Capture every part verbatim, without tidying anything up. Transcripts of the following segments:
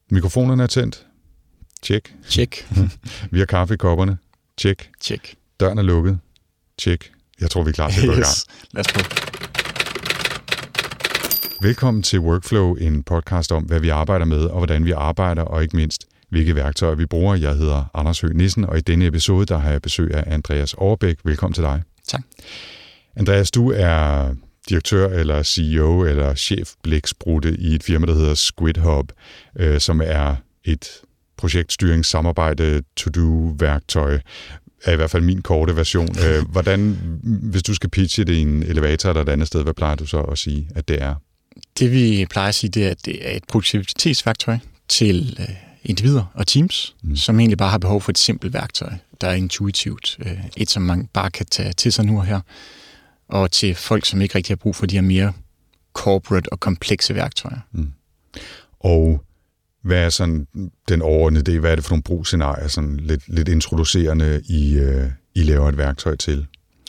Mikrofonerne er tændt. Tjek. Tjek. Vi har kaffe i kopperne. Tjek. Tjek. Døren er lukket. Tjek. Jeg tror, vi er klar til at gå i gang. Yes. Lad os prøve. Velkommen til Workflow, en podcast om, hvad vi arbejder med, og hvordan vi arbejder, og ikke mindst, hvilke værktøjer vi bruger. Jeg hedder Anders Høgh Nissen, og i denne episode, der har jeg besøg af Andreas Overbæk. Velkommen til dig. Tak. Andreas, du er direktør eller C E O eller chefblæksprutte i et firma, der hedder SquidHub, øh, som er et projektstyringssamarbejde, to-do-værktøj, er i hvert fald min korte version. Øh, hvordan, hvis du skal pitche det i en elevator eller et andet sted, hvad plejer du så at sige, at det er? Det vi plejer at sige, det er, at det er et produktivitetsværktøj til øh, individer og teams, mm. som egentlig bare har behov for et simpelt værktøj, der er intuitivt. Øh, et, som man bare kan tage til sig nu og her. Og til folk, som ikke rigtig har brug for de her mere corporate og komplekse værktøjer. Mm. Og hvad er sådan den overordnede idé? Hvad er det for nogle brugsscenarier, sådan lidt, lidt introducerende, I, øh, I laver et værktøj til?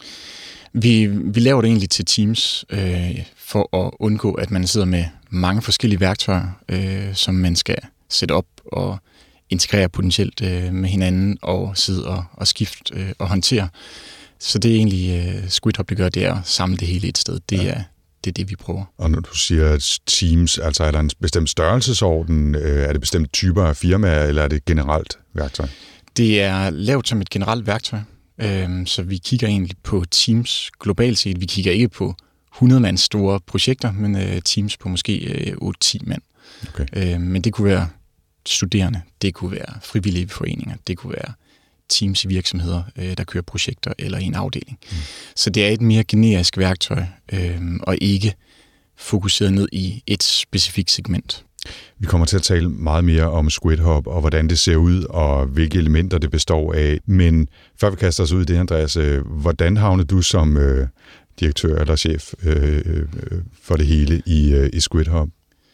Vi, vi laver det egentlig til teams, øh, for at undgå, at man sidder med mange forskellige værktøjer, øh, som man skal sætte op og integrere potentielt øh, med hinanden, og sidde og, og skifte øh, og håndtere. Så det er egentlig uh, SquidHub, det gør, det er at samle det hele et sted. Det, ja. er, det er det, vi prøver. Og når du siger teams, altså er der en bestemt størrelsesorden? Er det bestemte typer af firmaer, eller er det et generelt værktøj? Det er lavet som et generelt værktøj, øhm, så vi kigger egentlig på teams globalt set. Vi kigger ikke på hundrede mands store projekter, men uh, teams på måske uh, otte til ti mand. Okay. Øh, men det kunne være studerende, det kunne være frivillige foreninger, det kunne være teams i virksomheder, øh, der kører projekter eller i en afdeling. Mm. Så det er et mere generisk værktøj, øh, og ikke fokuseret ned i et specifikt segment. Vi kommer til at tale meget mere om SquidHub, og hvordan det ser ud, og hvilke elementer det består af. Men før vi kaster os ud i det, Andreas, øh, hvordan havnede du som øh, direktør eller chef øh, øh, for det hele i, øh, i SquidHub?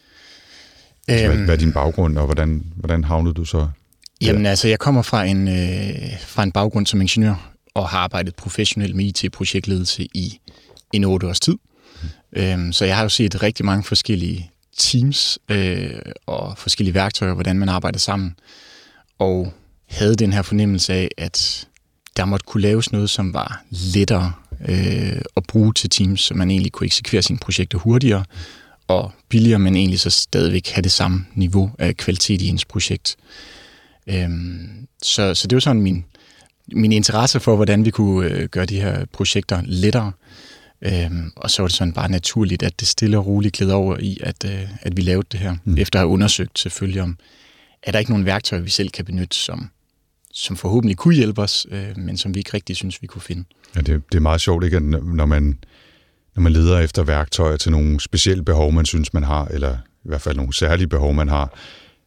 Altså, Øhm, hvad, hvad er din baggrund, og hvordan, hvordan havnede du så? Jamen altså, jeg kommer fra en, øh, fra en baggrund som ingeniør, og har arbejdet professionelt med I T-projektledelse i en otte års tid. Mm. Øhm, så jeg har jo set rigtig mange forskellige teams øh, og forskellige værktøjer, hvordan man arbejder sammen. Og havde den her fornemmelse af, at der måtte kunne laves noget, som var lettere øh, at bruge til teams, så man egentlig kunne eksekvere sine projekter hurtigere og billigere, men egentlig så stadigvæk have det samme niveau af kvalitet i ens projekt. Øhm, så, så det var sådan min, min interesse for, hvordan vi kunne øh, gøre de her projekter lettere. Øhm, og så var det sådan bare naturligt, at det stille og roligt gled over i, at, øh, at vi lavede det her. Mm. Efter at have undersøgt selvfølgelig om, er der ikke nogen værktøjer, vi selv kan benytte, som, som forhåbentlig kunne hjælpe os, øh, men som vi ikke rigtig synes, vi kunne finde. Ja, det, det er meget sjovt, ikke, at når man, når man leder efter værktøjer til nogle specielle behov, man synes, man har, eller i hvert fald nogle særlige behov, man har,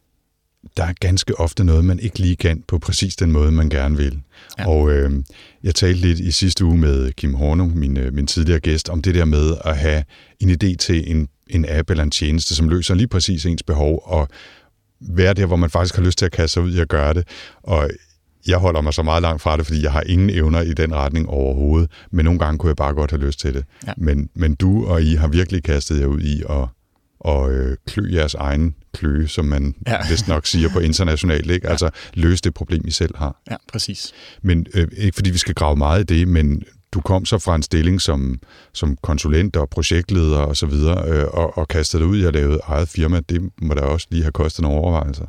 der er ganske ofte noget, man ikke lige kan på præcis den måde, man gerne vil. Ja. Og øh, jeg talte lidt i sidste uge med Kim Hornung, min, min tidligere gæst, om det der med at have en idé til en, en app eller en tjeneste, som løser lige præcis ens behov, og være der, hvor man faktisk har lyst til at kaste sig ud i at gøre det. Og jeg holder mig så meget langt fra det, fordi jeg har ingen evner i den retning overhovedet, men nogle gange kunne jeg bare godt have lyst til det. Ja. Men, men du og I har virkelig kastet jer ud i at og øh, klø jeres egen kløe, som man ja. vist nok siger på internationalt, ikke? Altså løse det problem, I selv har. Ja, præcis. Men øh, ikke fordi vi skal grave meget i det, men du kom så fra en stilling som, som konsulent og projektleder og så videre, øh, og, og kastede dig ud i at lave eget firma. Det må da også lige have kostet nogle overvejelser.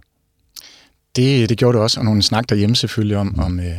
Det, det gjorde det også, og nogle snak derhjemme selvfølgelig om, mm. om, øh,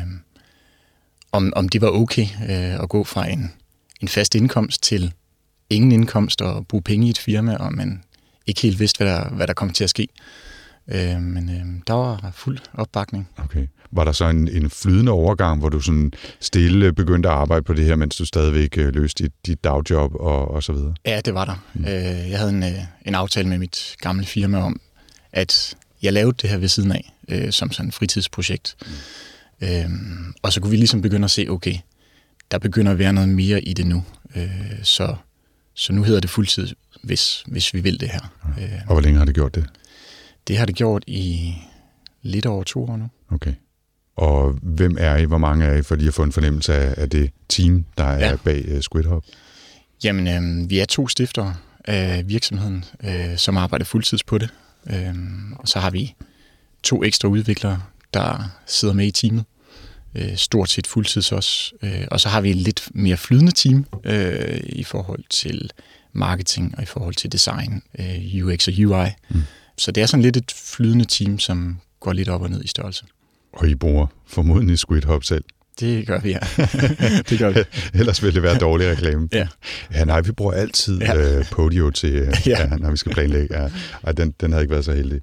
om, om det var okay øh, at gå fra en, en fast indkomst til ingen indkomst og bruge penge i et firma, og man ikke helt vidste, hvad der, hvad der kom til at ske. Øh, men øh, der var fuld opbakning. Okay. Var der så en, en flydende overgang, hvor du sådan stille begyndte at arbejde på det her, mens du stadigvæk øh, løste dit, dit dagjob og, og så videre? Ja, det var der. Mm. Øh, jeg havde en, øh, en aftale med mit gamle firma om, at jeg lavede det her ved siden af, øh, som sådan et fritidsprojekt. Mm. Øh, og så kunne vi ligesom begynde at se, okay, der begynder at være noget mere i det nu. Øh, så Så nu hedder det fuldtid, hvis, hvis vi vil det her. Ja. Og hvor længe har det gjort det? Det har det gjort i lidt over to år nu. Okay. Og hvem er I? Hvor mange er I? For lige at få en fornemmelse af, af det team, der er ja. bag uh, SquidHub. Jamen, øh, vi er to stiftere af virksomheden, øh, som arbejder fuldtids på det. Øhm, og så har vi to ekstra udviklere, der sidder med i teamet. Øh, stort set fuldtids også. Øh, og så har vi et lidt mere flydende team øh, i forhold til marketing og i forhold til design, øh, U X og U I. Mm. Så det er sådan lidt et flydende team, som går lidt op og ned i størrelse. Og I bruger formodentlig SquidHub selv? Det gør vi, ja. det gør vi. Ellers ville det være dårlig reklame. ja. ja, nej, vi bruger altid ja. øh, Podio til, øh, ja. Ja, når vi skal planlægge. Ja. Ej, den, den havde ikke været så heldig.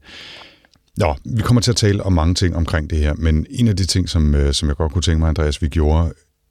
Nå, vi kommer til at tale om mange ting omkring det her, men en af de ting, som, øh, som jeg godt kunne tænke mig, Andreas, vi gjorde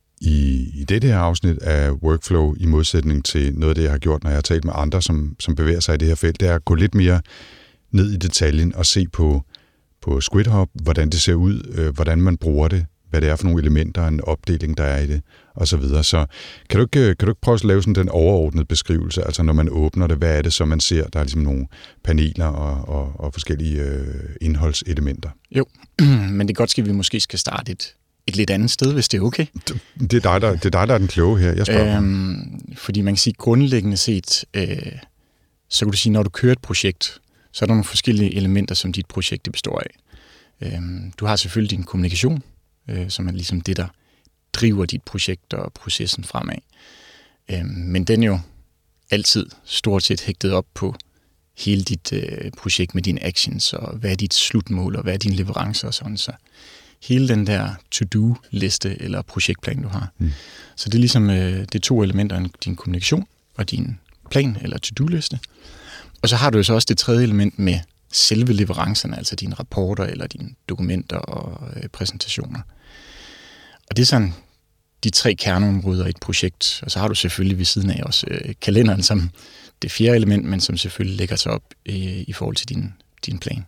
i, i dette her afsnit af Workflow, i modsætning til noget af det, jeg har gjort, når jeg har talt med andre, som, som bevæger sig i det her felt, det er at gå lidt mere ned i detaljen og se på, på SquidHub, hvordan det ser ud, øh, hvordan man bruger det, hvad det er for nogle elementer, en opdeling, der er i det, og så videre. Så kan du ikke, kan du ikke prøve at lave sådan den overordnede beskrivelse, altså når man åbner det, hvad er det, så man ser, der er ligesom nogle paneler og, og, og forskellige øh, indholdselementer? Jo, men det er godt, at vi måske skal starte et, et lidt andet sted, hvis det er okay. Det er dig, der, det er, dig, der er den kloge her, jeg spørger. Øhm, fordi man kan sige, grundlæggende set, øh, så kan du sige, når du kører et projekt, så er der nogle forskellige elementer, som dit projekt består af. Øhm, du har selvfølgelig din kommunikation, øh, som er ligesom det, der driver dit projekt og processen fremad. Øhm, men den er jo altid stort set hægtet op på hele dit øh, projekt med dine actions, og hvad er dit slutmål, og hvad er dine leverancer og sådan. Så hele den der to-do-liste eller projektplan, du har. Mm. Så det er ligesom øh, det er to elementer, din kommunikation og din plan eller to-do-liste. Og så har du jo så også det tredje element med selve leverancerne, altså dine rapporter eller dine dokumenter og øh, præsentationer. Og det er sådan de tre kerneområder i et projekt. Og så har du selvfølgelig ved siden af også øh, kalenderen som det fjerde element, men som selvfølgelig lægger sig op øh, i forhold til din, din plan.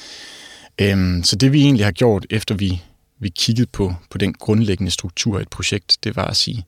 Øhm, så det vi egentlig har gjort, efter vi, vi kiggede på, på den grundlæggende struktur af et projekt, det var at sige,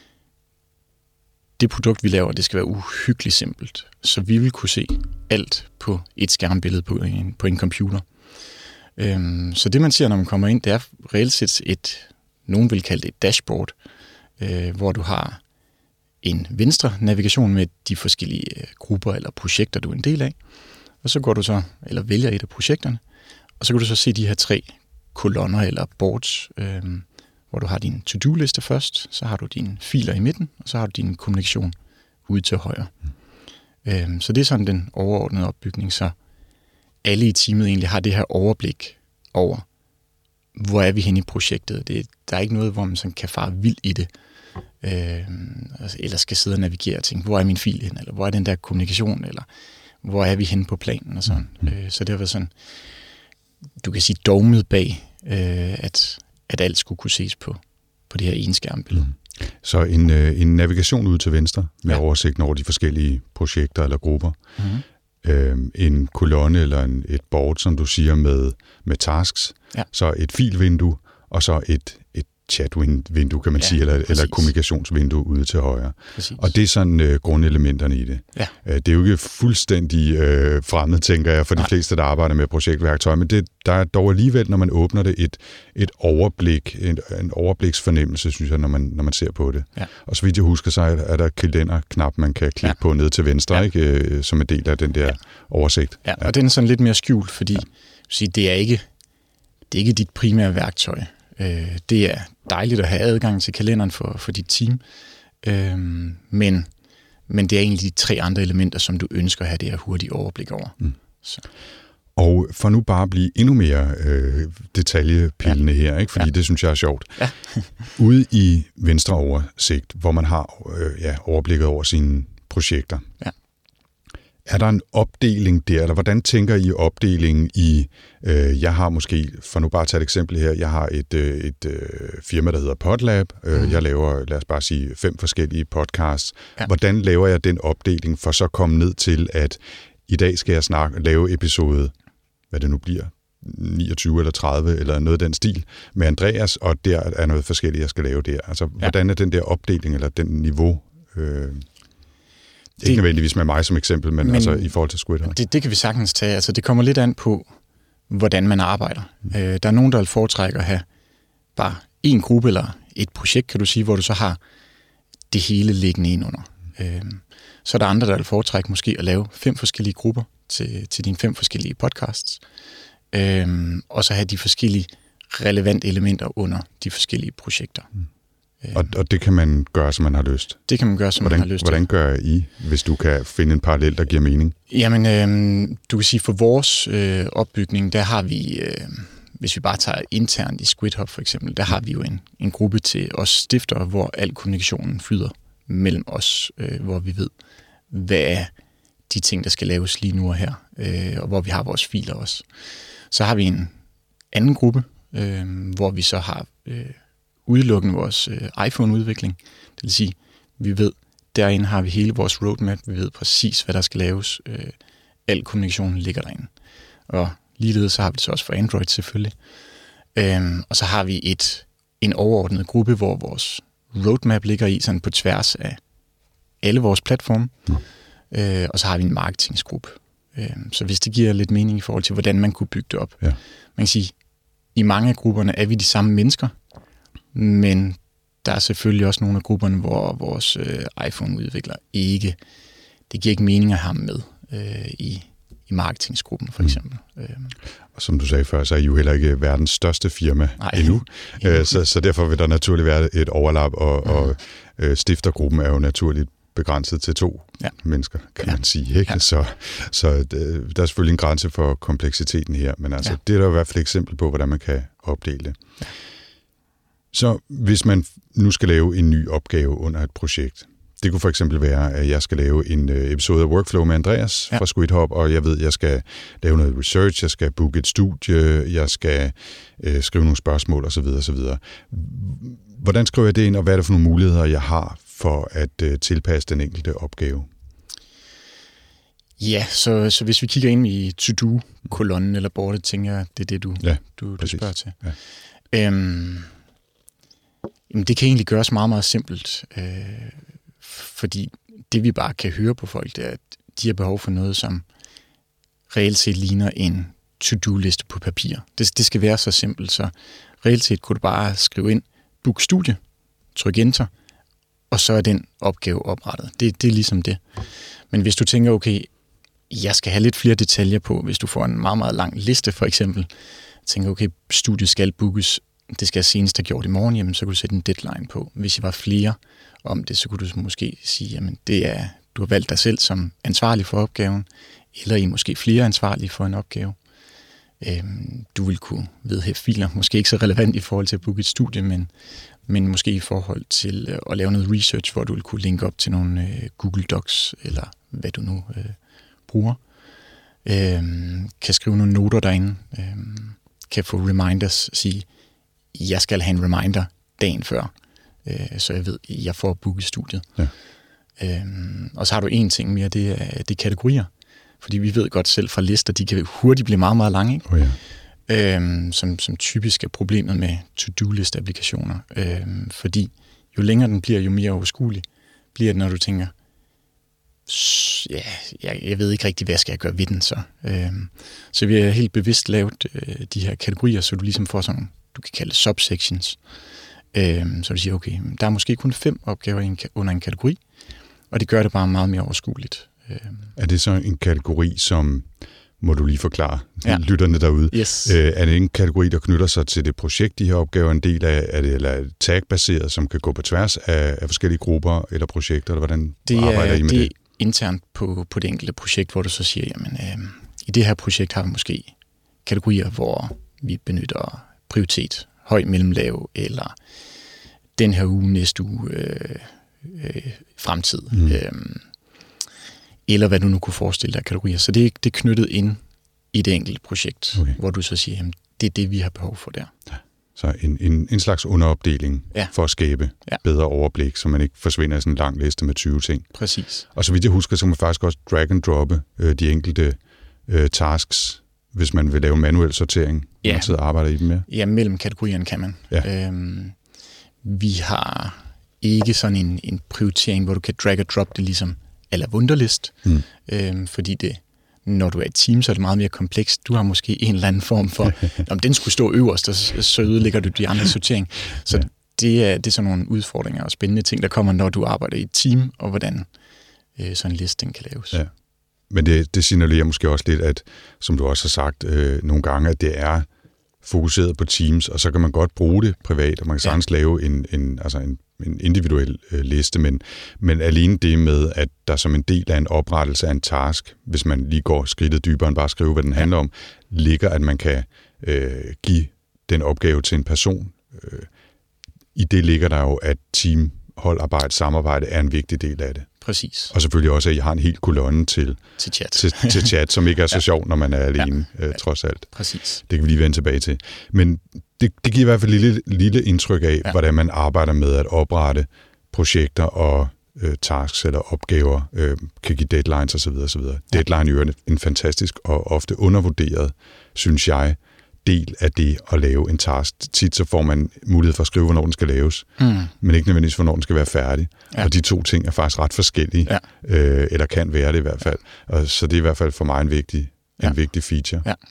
det produkt, vi laver, det skal være uhyggeligt simpelt. Så vi vil kunne se alt på et skærmbillede på en, på en computer. Øhm, så det, man ser, når man kommer ind, det er reelt set et, nogen vil kalde det et dashboard, øh, hvor du har en venstre navigation med de forskellige øh, grupper eller projekter, du er en del af. Og så går du så, eller vælger et af projekterne, og så kan du så se de her tre kolonner eller boards, øh, hvor du har din to-do-liste først, så har du dine filer i midten, og så har du din kommunikation ude til højre. Mm. Øhm, så det er sådan den overordnede opbygning, så alle i teamet egentlig har det her overblik over, hvor er vi henne i projektet. Det, der er ikke noget, hvor man sådan kan fare vildt i det, øhm, eller skal sidde og navigere og tænke, hvor er min fil hen, eller hvor er den der kommunikation, eller hvor er vi henne på planen og sådan. Mm. Øh, så det har været sådan, du kan sige dogmet bag, øh, at at alt skulle kunne ses på, på det her ene skærmbillede. Mm. Så en, øh, en navigation ud til venstre med ja. oversigten over de forskellige projekter eller grupper. Mm-hmm. Øh, en kolonne eller en, et board, som du siger, med, med tasks. Ja. Så et filvindue, og så et, et chatvindue, kan man ja, sige, eller, eller et kommunikationsvindue ude til højre. Præcis. Og det er sådan øh, grundelementerne i det. Ja. Øh, det er jo ikke fuldstændig øh, fremmed, tænker jeg, for Nej. de fleste, der arbejder med projektværktøj, men det, der er dog alligevel, når man åbner det, et, et overblik, en, en overbliksfornemmelse, synes jeg, når man, når man ser på det. Ja. Og så vidt jeg husker, så er der kalenderknap, man kan klikke ja. på ned til venstre, ja. ikke, øh, som en del af den der ja. oversigt. Ja, og ja. den er sådan lidt mere skjult, fordi ja. sige, det, er ikke, det er ikke dit primære værktøj. Det er dejligt at have adgang til kalenderen for, for dit team, øhm, men, men det er egentlig de tre andre elementer, som du ønsker at have det her hurtige overblik over. Mm. Så. Og for nu bare at blive endnu mere øh, detaljepillende ja. her, ikke? Fordi ja. det synes jeg er sjovt. Ja. Ude i venstre oversigt, hvor man har øh, ja, overblikket over sine projekter, ja. er der en opdeling der, eller hvordan tænker I opdelingen i, øh, jeg har måske, for nu bare at tage et eksempel her, jeg har et, øh, et øh, firma, der hedder Podlab, øh, mm. jeg laver, lad os bare sige, fem forskellige podcasts. Ja. Hvordan laver jeg den opdeling, for så at komme ned til, at i dag skal jeg snakke, lave episode, hvad det nu bliver, niogtyve eller tredive, eller noget af den stil, med Andreas, og der er noget forskelligt, jeg skal lave der. Altså, ja. hvordan er den der opdeling, eller den niveau, øh, det, ikke nødvendigvis med mig som eksempel, men, men altså i forhold til SquidHub. Det, det kan vi sagtens tage. Altså, det kommer lidt an på, hvordan man arbejder. Mm. Øh, der er nogen, der vil foretrække at have bare en gruppe eller et projekt, kan du sige, hvor du så har det hele liggende ind under. Mm. Øh, så er der andre, der vil foretrække måske at lave fem forskellige grupper til, til dine fem forskellige podcasts, øhm, og så have de forskellige relevante elementer under de forskellige projekter. Mm. Og, og det kan man gøre, som man har lyst? Det kan man gøre, som hvordan, man har lyst hvordan til. Hvordan gør I, hvis du kan finde en parallel, der giver mening? Jamen, øh, du kan sige, for vores øh, opbygning, der har vi, øh, hvis vi bare tager internt i SquidHub for eksempel, der har vi jo en, en gruppe til os stiftere, hvor al kommunikationen flyder mellem os, øh, hvor vi ved, hvad er de ting, der skal laves lige nu og her, øh, og hvor vi har vores filer også. Så har vi en anden gruppe, øh, hvor vi så har øh, udelukkende vores øh, iPhone-udvikling. Det vil sige, vi ved, derinde har vi hele vores roadmap, vi ved præcis, hvad der skal laves. Øh, al kommunikationen ligger derinde. Og ligeledes så har vi det så også for Android selvfølgelig. Øhm, og så har vi et en overordnet gruppe, hvor vores roadmap ligger i, sådan på tværs af alle vores platforme. Mm. Øh, og så har vi en marketingsgruppe. Øh, så hvis det giver lidt mening i forhold til, hvordan man kunne bygge det op. Ja. Man kan sige, i mange af grupperne er vi de samme mennesker, men der er selvfølgelig også nogle af grupperne, hvor vores øh, iPhone-udvikler ikke, det giver ikke mening at have ham med øh, i, i marketingsgruppen, for eksempel. Mm. Øh. Og som du sagde før, så er I jo heller ikke verdens største firma Nej, endnu, endnu. så, så derfor vil der naturligt være et overlap, og, mm. og øh, stiftergruppen er jo naturligt begrænset til to ja. mennesker, kan ja. man sige. Ikke? Ja. Så, så det, der er selvfølgelig en grænse for kompleksiteten her, men altså, ja. det er der i hvert fald et eksempel på, hvordan man kan opdele det. Ja. Så hvis man nu skal lave en ny opgave under et projekt, det kunne for eksempel være, at jeg skal lave en episode af Workflow med Andreas ja. fra SquidHub, og jeg ved, at jeg skal lave noget research, jeg skal booke et studie, jeg skal øh, skrive nogle spørgsmål osv. osv. Hvordan skriver jeg det ind, og hvad er det for nogle muligheder, jeg har for at øh, tilpasse den enkelte opgave? Ja, så, så hvis vi kigger ind i to-do-kolonnen eller bordet, tænker jeg, det er det, du, ja, du, du spørger til. Ja. Øhm, jamen det kan egentlig gøres meget, meget simpelt. Øh, fordi det, vi bare kan høre på folk, det er, at de har behov for noget, som reelt set ligner en to-do-liste på papir. Det, det skal være så simpelt, så reelt set kunne du bare skrive ind, book studie, tryk enter, og så er den opgave oprettet. Det, det er ligesom det. Men hvis du tænker, okay, jeg skal have lidt flere detaljer på, hvis du får en meget, meget lang liste for eksempel, tænker, okay, studiet skal bookes, det skal jeg senest have gjort i morgen, jamen, så kunne du sætte en deadline på. Hvis I var flere om det, så kunne du måske sige, jamen det er, du har valgt dig selv som ansvarlig for opgaven, eller I er måske flere ansvarlige for en opgave. Øhm, du vil kunne vedhæfte filer, måske ikke så relevant i forhold til at booke et studie, men, men måske i forhold til øh, at lave noget research, hvor du vil kunne linke op til nogle øh, Google Docs, eller hvad du nu øh, bruger. Øhm, kan skrive nogle noter derinde, øhm, kan få reminders, sige, jeg skal have en reminder dagen før, øh, så jeg ved, jeg får booket studiet. Ja. Øhm, og så har du en ting mere, det er, det er kategorier. Fordi vi ved godt selv fra lister, de kan hurtigt blive meget, meget lange, ikke? Oh ja. øhm, som, som typisk er problemet med to-do-list-applikationer. Øhm, fordi jo længere den bliver, jo mere overskuelig bliver det, når du tænker, ja, jeg, jeg ved ikke rigtig, hvad skal jeg gøre ved den så. Øhm, så vi har helt bevidst lavet øh, de her kategorier, så du ligesom får sådan, du kan kalde det subsections. Øhm, så du siger, okay, der er måske kun fem opgaver i en, under en kategori, og det gør det bare meget mere overskueligt. Er det så en kategori, som, må du lige forklare ja. lytterne derude, yes. øh, er det en kategori, der knytter sig til det projekt, de her opgaver en del af, er det, eller er det tag-baseret, som kan gå på tværs af, af forskellige grupper eller projekter, eller hvordan det arbejder er, I med det? Det er internt på, på det enkelte projekt, hvor du så siger, jamen øh, i det her projekt har vi måske kategorier, hvor vi benytter prioritet, høj, mellem, lav, eller den her uge, næste uge, øh, øh, fremtid. Mm. Øh, eller hvad du nu kunne forestille dig kategorier. Så det er, det er knyttet ind i det enkelte projekt, okay. hvor du så siger, jamen, det er det, vi har behov for der. Ja. Så en, en, en slags underopdeling ja. for at skabe ja. bedre overblik, så man ikke forsvinder i sådan en lang liste med tyve ting. Præcis. Og så vidt jeg husker, så kan man faktisk også drag and droppe øh, de enkelte øh, tasks, hvis man vil lave manuel sortering, ja. man sidder og arbejder i dem med. Ja, mellem kategorierne kan man. Ja. Øhm, vi har ikke sådan en, en prioritering, hvor du kan drag and drop det ligesom eller Wunderlist, mm. øhm, fordi det, når du er et team, så er det meget mere komplekst. Du har måske en eller anden form for, om den skulle stå øverst, og så ødelægger du de andre sortering. Så ja. det, er, det er sådan nogle udfordringer og spændende ting, der kommer, når du arbejder i et team, og hvordan øh, sådan en liste kan laves. Ja. men det, det signalerer måske også lidt, at, som du også har sagt øh, nogle gange, at det er fokuseret på Teams, og så kan man godt bruge det privat, og man kan sagtens ja. lave en, en, altså en, en individuel øh, liste, men, men alene det med, at der som en del af en oprettelse af en task, hvis man lige går skridtet dybere end bare at skrive, hvad den ja. handler om, ligger, at man kan øh, give den opgave til en person. Øh, I det ligger der jo, at team, holdarbejde, samarbejde er en vigtig del af det. Præcis. Og selvfølgelig også, at I har en hel kolonne til, til, chat. til, til chat, som ikke er så ja. sjov, når man er alene, ja. øh, trods alt. Præcis. Det kan vi lige vende tilbage til. Men det, det giver i hvert fald et lille, lille indtryk af, ja. hvordan man arbejder med at oprette projekter og øh, tasks eller opgaver, øh, kan give deadlines osv. osv. Ja. Deadline er en fantastisk og ofte undervurderet, synes jeg, del af det at lave en task. Tit så får man mulighed for at skrive, hvornår den skal laves, mm. men ikke nødvendigvis, hvornår den skal være færdig. Ja. Og de to ting er faktisk ret forskellige, ja. øh, eller kan være det i hvert fald. Og så det er i hvert fald for mig en vigtig, ja. en vigtig feature. Ja.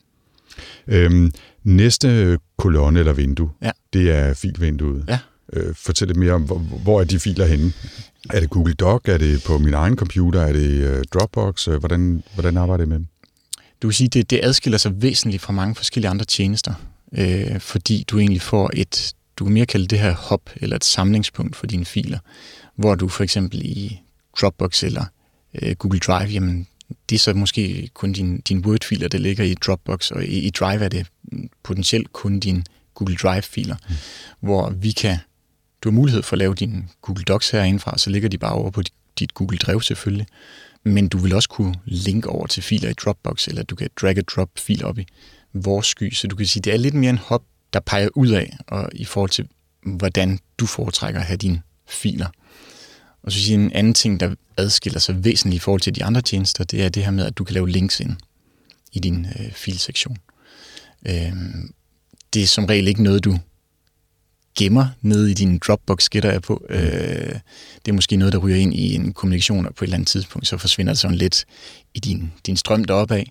Øhm, næste kolonne eller vindue, ja. det er filvinduet. Ja. Øh, fortæl lidt mere om, hvor, hvor er de filer henne? Er det Google Doc? Er det på min egen computer? Er det uh, Dropbox? Hvordan, hvordan arbejder I med dem? Du kan sige, at det, det adskiller sig væsentligt fra mange forskellige andre tjenester, øh, fordi du egentlig får et, du kan mere kalde det her hub, eller et samlingspunkt for dine filer, hvor du for eksempel i Dropbox eller øh, Google Drive, jamen det er så måske kun din, din Word-filer, der ligger i Dropbox, og i, i Drive er det potentielt kun dine Google Drive-filer, mm. hvor vi kan, du har mulighed for at lave dine Google Docs herindefra, så ligger de bare over på dit, dit Google Drive selvfølgelig. Men du vil også kunne linke over til filer i Dropbox, eller du kan drag and drop filer op i vores sky. Så du kan sige, det er lidt mere en hub, der peger ud af, og i forhold til, hvordan du foretrækker at have dine filer. Og så sige en anden ting, der adskiller sig væsentligt i forhold til de andre tjenester, det er det her med, at du kan lave links ind i din øh, filsektion. Øh, det er som regel ikke noget, du gemmer nede i din Dropbox, gætter jeg på. Mm. Øh, det er måske noget, der ryger ind i en kommunikation, og på et eller andet tidspunkt, så forsvinder det sådan lidt i din, din strøm deroppe af.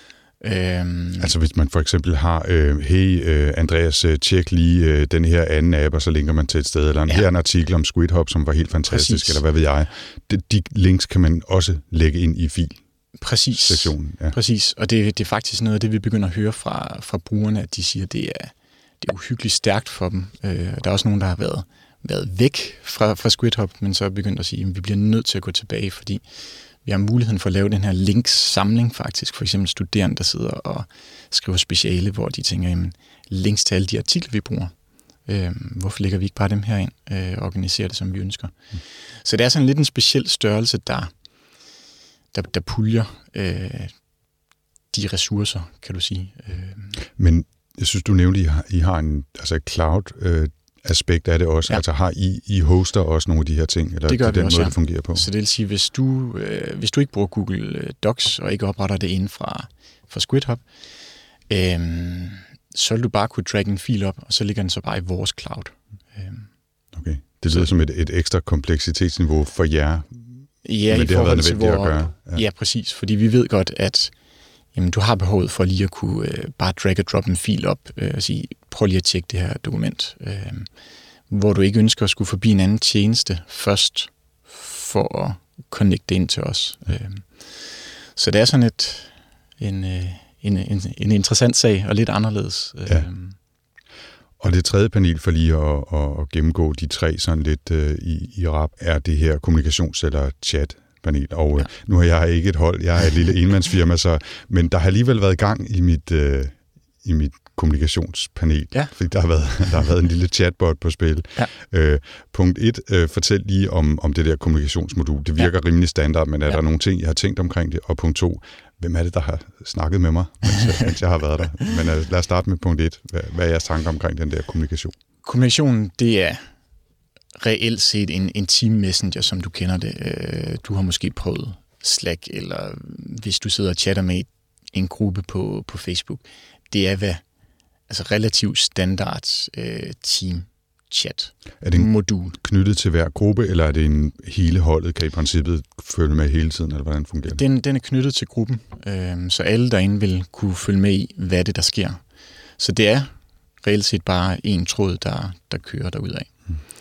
Øhm. Altså hvis man for eksempel har, øh, hey øh, Andreas, tjek lige øh, den her anden app, og så linker man til et sted, eller en, ja. her er en artikel om SquidHub, som var helt fantastisk, Præcis. eller hvad ved jeg. De, de links kan man også lægge ind i fil. Præcis. Sektionen, ja. Præcis, og det, det er faktisk noget af det, vi begynder at høre fra, fra brugerne, at de siger, at det er Det er uhyggeligt stærkt for dem. Øh, der er også nogen, der har været, været væk fra, fra SquidHub, men så er begyndt at sige, at vi bliver nødt til at gå tilbage, fordi vi har muligheden for at lave den her links-samling faktisk. For eksempel studerende, der sidder og skriver speciale, hvor de tænker, jamen, links til alle de artikler, vi bruger. Øh, hvorfor lægger vi ikke bare dem herind øh, og organiserer det, som vi ønsker? Mm. Så det er sådan lidt en speciel størrelse, der, der, der puljer øh, de ressourcer, kan du sige. Øh. Men jeg synes, du nævnte, at I har, I har en, altså et cloud-aspekt øh, af det også. Ja. Altså har I, I hoster også nogle af de her ting? Eller det gør det er den også, måde, ja. det fungerer på? Så det vil sige, hvis du, øh, hvis du ikke bruger Google Docs og ikke opretter det inden fra, fra SquidHub, øh, så vil du bare kunne dragge en fil op, og så ligger den så bare i vores cloud. Øh. Okay. Det lyder så, som et, et ekstra kompleksitetsniveau for jer, ja, men det har været nødvendigt hvor, at gøre. Ja. ja, præcis. Fordi vi ved godt, at jamen, du har behovet for lige at kunne øh, bare drag og drop en fil op øh, og sige, prøv lige at tjekke det her dokument. Øh, hvor du ikke ønsker at skulle forbi en anden tjeneste først for at connecte ind til os. Øh, så det er sådan et, en, øh, en, en, en interessant sag og lidt anderledes. Øh, ja. Og det tredje panel for lige at, at, at gennemgå de tre sådan lidt øh, i, i rap, er det her kommunikations- eller chat panel. Og ja. nu har jeg ikke et hold, jeg er et lille enmandsfirma, så, men der har alligevel været gang i mit, øh, i mit kommunikationspanel, ja. fordi der har, været, der har været en lille chatbot på spil. Ja. Øh, punkt et, øh, fortæl lige om, om det der kommunikationsmodul. Det virker ja. rimelig standard, men er ja. der nogle ting, jeg har tænkt omkring det? Og punkt to, hvem er det, der har snakket med mig, mens jeg, mens jeg har været der? Men øh, lad os starte med punkt et. Hvad, hvad er jeres tanker omkring den der kommunikation? Kommunikationen, det er reelt set en, en team messenger, som du kender det. Du har måske prøvet Slack, eller hvis du sidder og chatter med en gruppe på, på Facebook. Det er hvad, altså relativt standard øh, team chat er det en modul. Knyttet til hver gruppe, eller er det en hele holdet, kan i princippet følge med hele tiden, eller hvordan fungerer det? Den, den er knyttet til gruppen, øh, så alle derinde vil kunne følge med i, hvad det der sker. Så det er reelt set bare en tråd, der, der kører derudad. Hmm.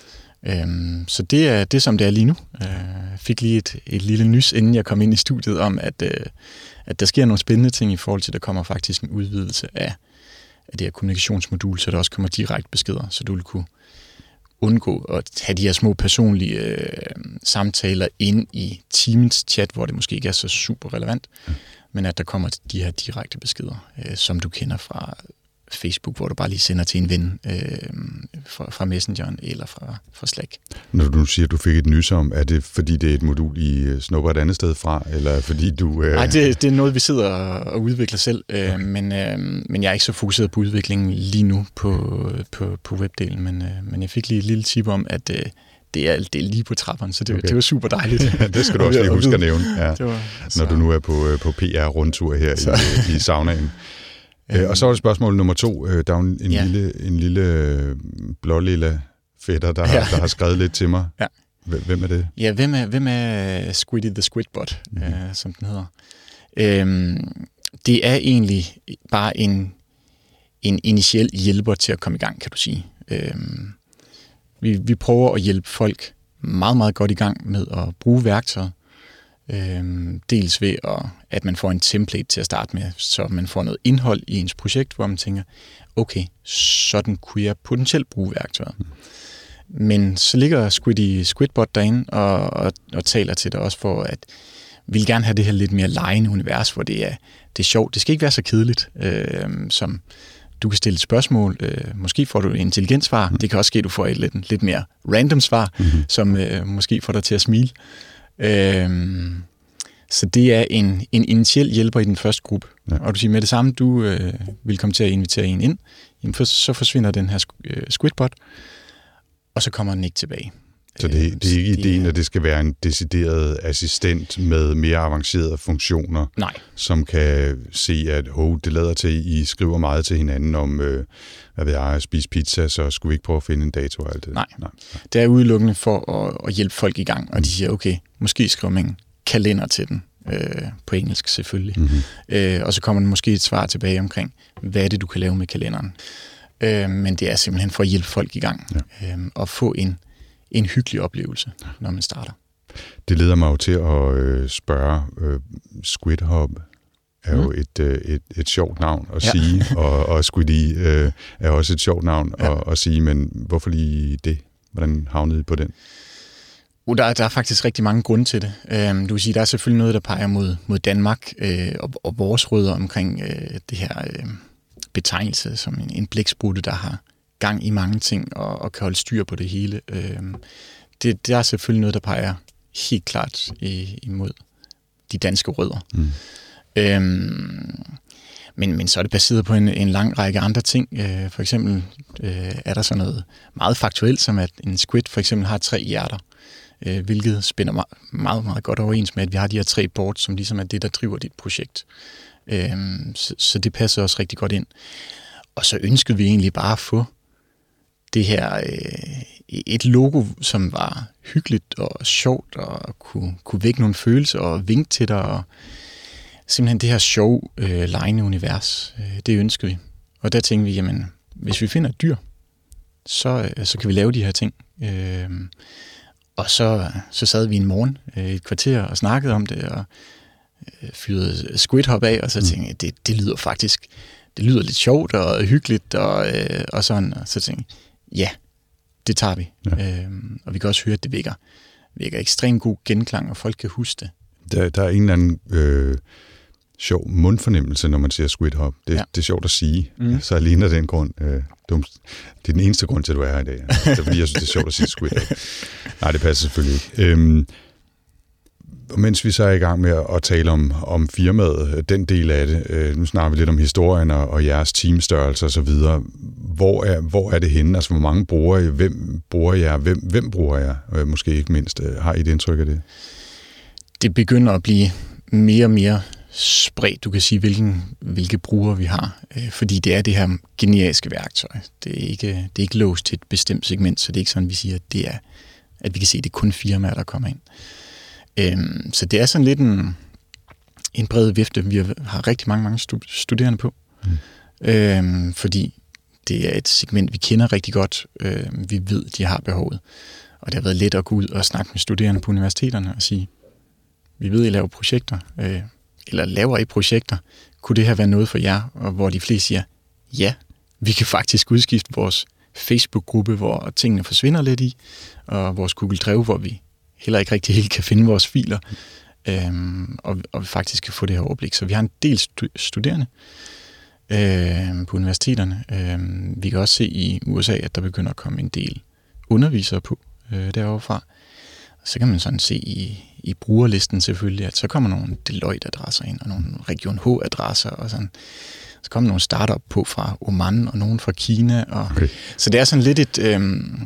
Øhm, så det er det, som det er lige nu. Jeg øh, fik lige et, et lille nys, inden jeg kom ind i studiet, om at, øh, at der sker nogle spændende ting i forhold til, at der kommer faktisk en udvidelse af, af det her kommunikationsmodul, så der også kommer direkte beskeder, så du vil kunne undgå at have de her små personlige øh, samtaler ind i Teams chat, hvor det måske ikke er så super relevant, mm. men at der kommer de her direkte beskeder, øh, som du kender fra Facebook, hvor du bare lige sender til en ven øh, fra, fra Messengeren eller fra, fra Slack. Når du siger, at du fik et nys om, er det fordi, det er et modul, I snupper et andet sted fra, eller fordi du... Øh... Nej, det, det er noget, vi sidder og udvikler selv, øh, okay. men, øh, men jeg er ikke så fokuseret på udviklingen lige nu på, på, på webdelen, men, øh, men jeg fik lige et lille tip om, at øh, det, er, det er lige på trapperne, så det, okay. det var super dejligt. Det skal du også lige huske at nævne, ja. var, når du nu er på, på P R-rundtur her i, i saunaen. Øh, og så er det spørgsmål nummer to. Der er en, en, ja. lille, en lille blålilla fætter, der, ja. der har skrevet lidt til mig. Ja. Hvem er det? Ja, hvem er, hvem er Squiddy the Squidbot, mm-hmm. øh, som den hedder? Øhm, det er egentlig bare en, en initiel hjælper til at komme i gang, kan du sige. Øhm, vi, vi prøver at hjælpe folk meget, meget godt i gang med at bruge værktøjet. Øhm, dels ved, at, at man får en template til at starte med, så man får noget indhold i ens projekt, hvor man tænker, okay, sådan kunne jeg potentielt bruge værktøjet. Mm. Men så ligger Squiddy Squidbot derinde og, og, og taler til dig også for, at vi vil gerne have det her lidt mere legende univers, hvor det er, det er sjovt. Det skal ikke være så kedeligt, øh, som du kan stille et spørgsmål. Øh, måske får du et intelligent svar. Mm. Det kan også ske, at du får et lidt, lidt mere random svar, mm-hmm. som øh, måske får dig til at smile. Øhm, så det er en, en initiel hjælper i den første gruppe. Ja. Og du siger med det samme, du øh, vil komme til at invitere en ind, jamen for, så forsvinder den her øh, Squidbot, og så kommer den ikke tilbage. Så det, det er ikke ideen, det, at det skal være en decideret assistent med mere avancerede funktioner, nej. Som kan se, at oh, det lader til, at I skriver meget til hinanden om, øh, hvad ved jeg, at spise pizza, så skulle vi ikke prøve at finde en dato og alt det? Nej, nej. Det er udelukkende for at, at hjælpe folk i gang, og de siger, okay, måske skriver man en kalender til den, øh, på engelsk selvfølgelig. Mm-hmm. Øh, og så kommer der måske et svar tilbage omkring, hvad er det, du kan lave med kalenderen. Øh, men det er simpelthen for at hjælpe folk i gang, ja. øh, og få en en hyggelig oplevelse, når man starter. Det leder mig jo til at øh, spørge, øh, SquidHub er mm. jo et, øh, et, et sjovt navn at ja. sige, og, og Squiddy øh, er også et sjovt navn ja. at, at sige, men hvorfor lige det? Hvordan havnede I på den? Uh, der, der er faktisk rigtig mange grunde til det. Øh, du kan sige, der er selvfølgelig noget, der peger mod, mod Danmark øh, og, og vores rødder omkring øh, det her øh, betegnelse som en, en blæksprutte, der har gang i mange ting og, og kan holde styr på det hele. Øhm, det, det er selvfølgelig noget, der peger helt klart i, imod de danske rødder. Mm. Øhm, men, men så er det baseret på en, en lang række andre ting. Øh, for eksempel øh, er der så noget meget faktuelt, som at en squid for eksempel har tre hjerter, øh, hvilket spænder meget, meget, meget godt overens med, at vi har de her tre boards, som ligesom er det, der driver dit projekt. Øhm, så, så det passer også rigtig godt ind. Og så ønskede vi egentlig bare at få det her, øh, et logo, som var hyggeligt og sjovt, og kunne, kunne vække nogle følelser og vinke til dig, og simpelthen det her sjove, øh, legende univers, øh, det ønskede vi. Og der tænkte vi, jamen, hvis vi finder et dyr, så, øh, så kan vi lave de her ting. Øh, og så, så sad vi en morgen, øh, et kvarter, og snakkede om det, og øh, fyrede SquidHub af, og så tænkte jeg, det, det lyder faktisk, det lyder lidt sjovt og hyggeligt, og, øh, og sådan, og så tænkte jeg, ja, det tager vi. Ja. Øhm, og vi kan også høre, at det vækker, vækker ekstremt god genklang, og folk kan huske det. Der, der er en eller anden øh, sjov mundfornemmelse, når man siger SquidHub. Det, ja. det er sjovt at sige. Mm. Så alene af den grund. Øh, det er den eneste grund til, at du er her i dag. Ja. Det er fordi, jeg synes, det er sjovt at sige SquidHub. Nej, det passer selvfølgelig ikke. Øhm, mens vi så er i gang med at tale om, om firmaet, den del af det, øh, nu snakker vi lidt om historien og, og jeres teamstørrelse og så videre. Hvor er, hvor er det henne? Altså, hvor mange bruger I? Hvem bruger jer? Hvem, hvem bruger jer? Øh, måske ikke mindst. Har I et indtryk af det? Det begynder at blive mere og mere spredt. Du kan sige, hvilken, hvilke brugere vi har. Øh, fordi det er det her generiske værktøj. Det er ikke, det er ikke låst til et bestemt segment, så det er ikke sådan, vi siger, at, det er, at vi kan se, at det er kun firmaer, der kommer ind. Øhm, så det er sådan lidt en, en bred vifte, vi har rigtig mange, mange studerende på. Mm. Øhm, fordi det er et segment, vi kender rigtig godt. Øhm, vi ved, de har behovet. Og det har været let at gå ud og snakke med studerende på universiteterne og sige, vi ved, I laver projekter, øh, eller laver I projekter, kunne det her være noget for jer? Og hvor de fleste siger, ja, vi kan faktisk udskifte vores Facebook-gruppe, hvor tingene forsvinder lidt i, og vores Google Drive, hvor vi heller ikke rigtig helt kan finde vores filer, øhm, og, og vi faktisk kan få det her overblik. Så vi har en del studerende øh, på universiteterne. Øh, vi kan også se i U S A, at der begynder at komme en del undervisere på øh, deroverfra. Så kan man sådan se i, i brugerlisten selvfølgelig, at så kommer nogle Deloitte-adresser ind, og nogle Region H-adresser, og sådan. Så kommer nogle startup på fra Oman, og nogen fra Kina. Og okay. Så det er sådan lidt et, øhm,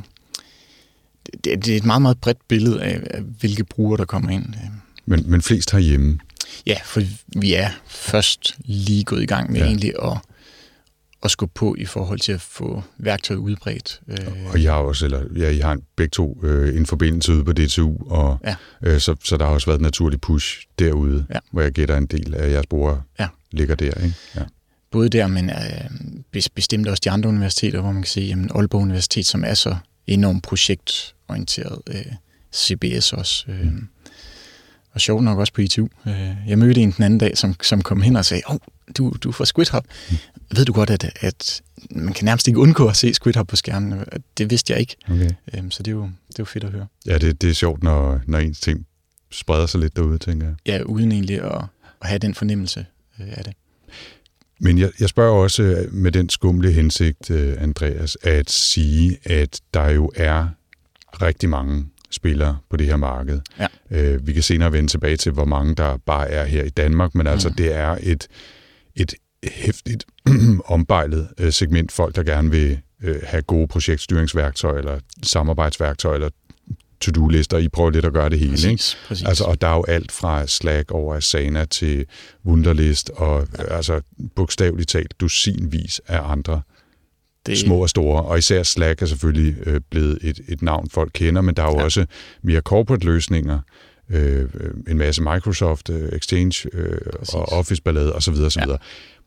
det, det er et meget, meget bredt billede af, af hvilke brugere, der kommer ind. Men, men flest herhjemme? Ja, for vi er først lige gået i gang med ja. egentlig at, at skubbe på i forhold til at få værktøjet udbredt. Og I har også, eller ja, I har begge to øh, en forbindelse ude på D T U, og ja. øh, så, så der har også været et naturligt push derude, ja. hvor jeg gætter en del af jeres brugere ja. ligger der, ikke? Ja. Både der, men øh, bestemt også de andre universiteter, hvor man kan se, jamen Aalborg Universitet, som er så enormt projektorienteret, øh, C B S også, øh, mm. og sjovt nok også på I T U. Øh, jeg mødte en den anden dag, som, som kom hen og sagde, åh, oh, du, du er fra SquidHub. Mm. Ved du godt, at, at man kan nærmest ikke undgå at se SquidHub på skærmen? Det vidste jeg ikke. Okay. Øh, så det er, jo, det er jo fedt at høre. Ja, det, det er sjovt, når, når ens ting spreder sig lidt derude, tænker jeg. Ja, uden egentlig at, at have den fornemmelse øh, af det. Men jeg, jeg spørger også med den skumle hensigt, Andreas, at sige, at der jo er rigtig mange spillere på det her marked. Ja. Øh, vi kan senere vende tilbage til, hvor mange der bare er her i Danmark, men altså mm. det er et, et hæftigt ombejlet øh, segment, folk der gerne vil øh, have gode projektstyringsværktøjer, eller samarbejdsværktøjer, eller to-do-lister. I prøver lidt at gøre det hele. Præcis, ikke? Præcis. Altså, og der er jo alt fra Slack over Asana til Wunderlist, og ja. altså bogstaveligt talt dusinvis af andre det... små og store. Og især Slack er selvfølgelig øh, blevet et, et navn, folk kender, men der er jo ja. også mere corporate løsninger, øh, en masse Microsoft, øh, Exchange øh, og Office-ballade osv. osv. Ja.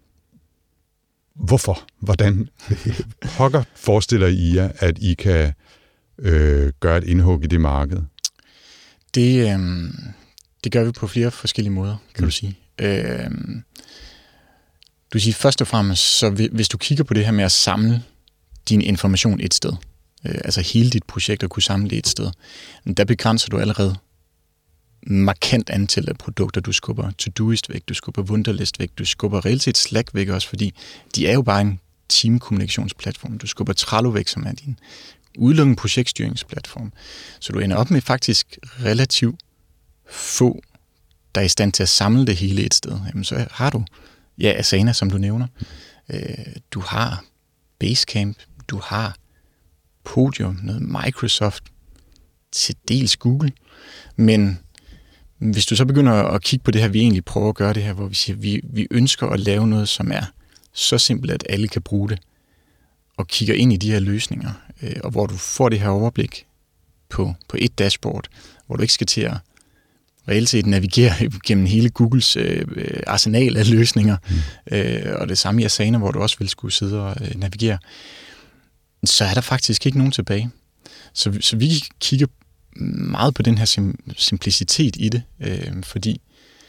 Hvorfor? Hvordan pokker forestiller I jer, at I kan Øh, gøre et indhug i det marked? Det, øh, det gør vi på flere forskellige måder, kan mm. du sige. Øh, du siger først og fremmest, så hvis du kigger på det her med at samle din information et sted, øh, altså hele dit projekt at kunne samle det et sted, der begrænser du allerede markant antal af produkter. Du skubber To-Doist væk, du skubber Wunderlist væk, du skubber reelt set Slack væk også, fordi de er jo bare en teamkommunikationsplatform. Du skubber Trello væk, som er din udelukkende projektstyringsplatform. Så du ender op med faktisk relativt få, der er i stand til at samle det hele et sted. Jamen, så har du, ja, Asana, som du nævner. Du har Basecamp, du har Podium, noget Microsoft, til dels Google. Men hvis du så begynder at kigge på det her, vi egentlig prøver at gøre det her, hvor vi siger, vi, vi ønsker at lave noget, som er så simpelt, at alle kan bruge det, og kigger ind i de her løsninger, øh, og hvor du får det her overblik på, på et dashboard, hvor du ikke skal til at reelt set navigere gennem hele Googles øh, arsenal af løsninger, mm. øh, og det samme i Asana, hvor du også vil skulle sidde og øh, navigere, så er der faktisk ikke nogen tilbage. Så, så vi kigger meget på den her sim- simplicitet i det, øh, fordi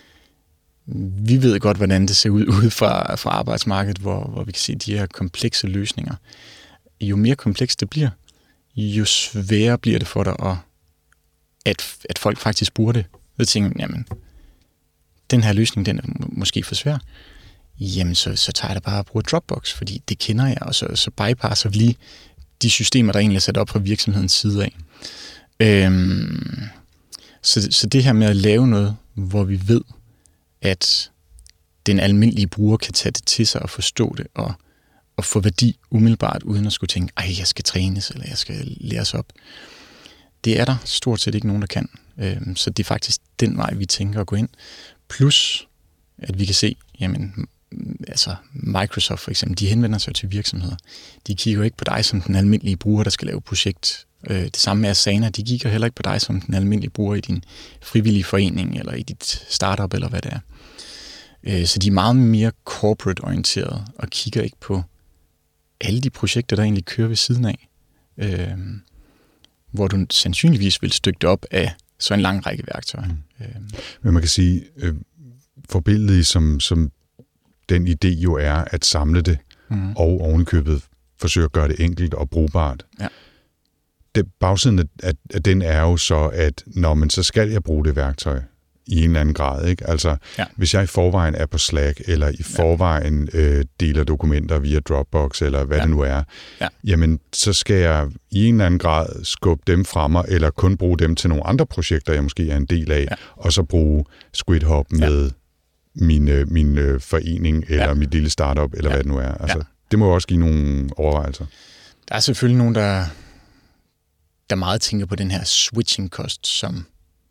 vi ved godt, hvordan det ser ud ude fra, fra arbejdsmarkedet, hvor, hvor vi kan se de her komplekse løsninger. Jo mere komplekst det bliver, jo sværere bliver det for dig, at, at, at folk faktisk bruger det. Så tænker jeg, jamen, den her løsning, den er måske for svær. Jamen, så, så tager jeg da bare at bruge Dropbox, fordi det kender jeg, og så, så bypasser vi lige de systemer, der egentlig er sat op fra virksomhedens side af. Øhm, så, så det her med at lave noget, hvor vi ved, at den almindelige bruger kan tage det til sig og forstå det, og, og få værdi umiddelbart, uden at skulle tænke, ej, jeg skal trænes, eller jeg skal læres op. Det er der stort set ikke nogen, der kan. Øhm, så det er faktisk den vej, vi tænker at gå ind. Plus, at vi kan se, jamen, altså Microsoft for eksempel, de henvender sig til virksomheder. De kigger ikke på dig som den almindelige bruger, der skal lave projekt. Øh, det samme med Asana, de kigger heller ikke på dig som den almindelige bruger i din frivillige forening, eller i dit startup, eller hvad det er. Øh, så de er meget mere corporate-orienterede, og kigger ikke på alle de projekter, der egentlig kører ved siden af. Øh, hvor du sandsynligvis vil stykke det op af så en lang række værktøjer. Mm. Øhm. Men man kan sige, øh, forbilledet som, som den idé jo er at samle det, mm. og ovenikøbet forsøge at gøre det enkelt og brugbart. Ja. Det, bagsiden af, af, af den er jo så, at når man så skal jeg bruge det værktøj i en eller anden grad, ikke? Altså, ja. Hvis jeg i forvejen er på Slack, eller i forvejen øh, deler dokumenter via Dropbox, eller hvad ja. det nu er, ja. jamen, så skal jeg i en eller anden grad skubbe dem fra mig, eller kun bruge dem til nogle andre projekter, jeg måske er en del af, ja. og så bruge SquidHub med ja. min, øh, min øh, forening, eller ja. mit lille startup, eller ja. hvad det nu er. Altså, ja. Det må jo også give nogle overvejelser. Der er selvfølgelig nogen, der, der meget tænker på den her switching cost, som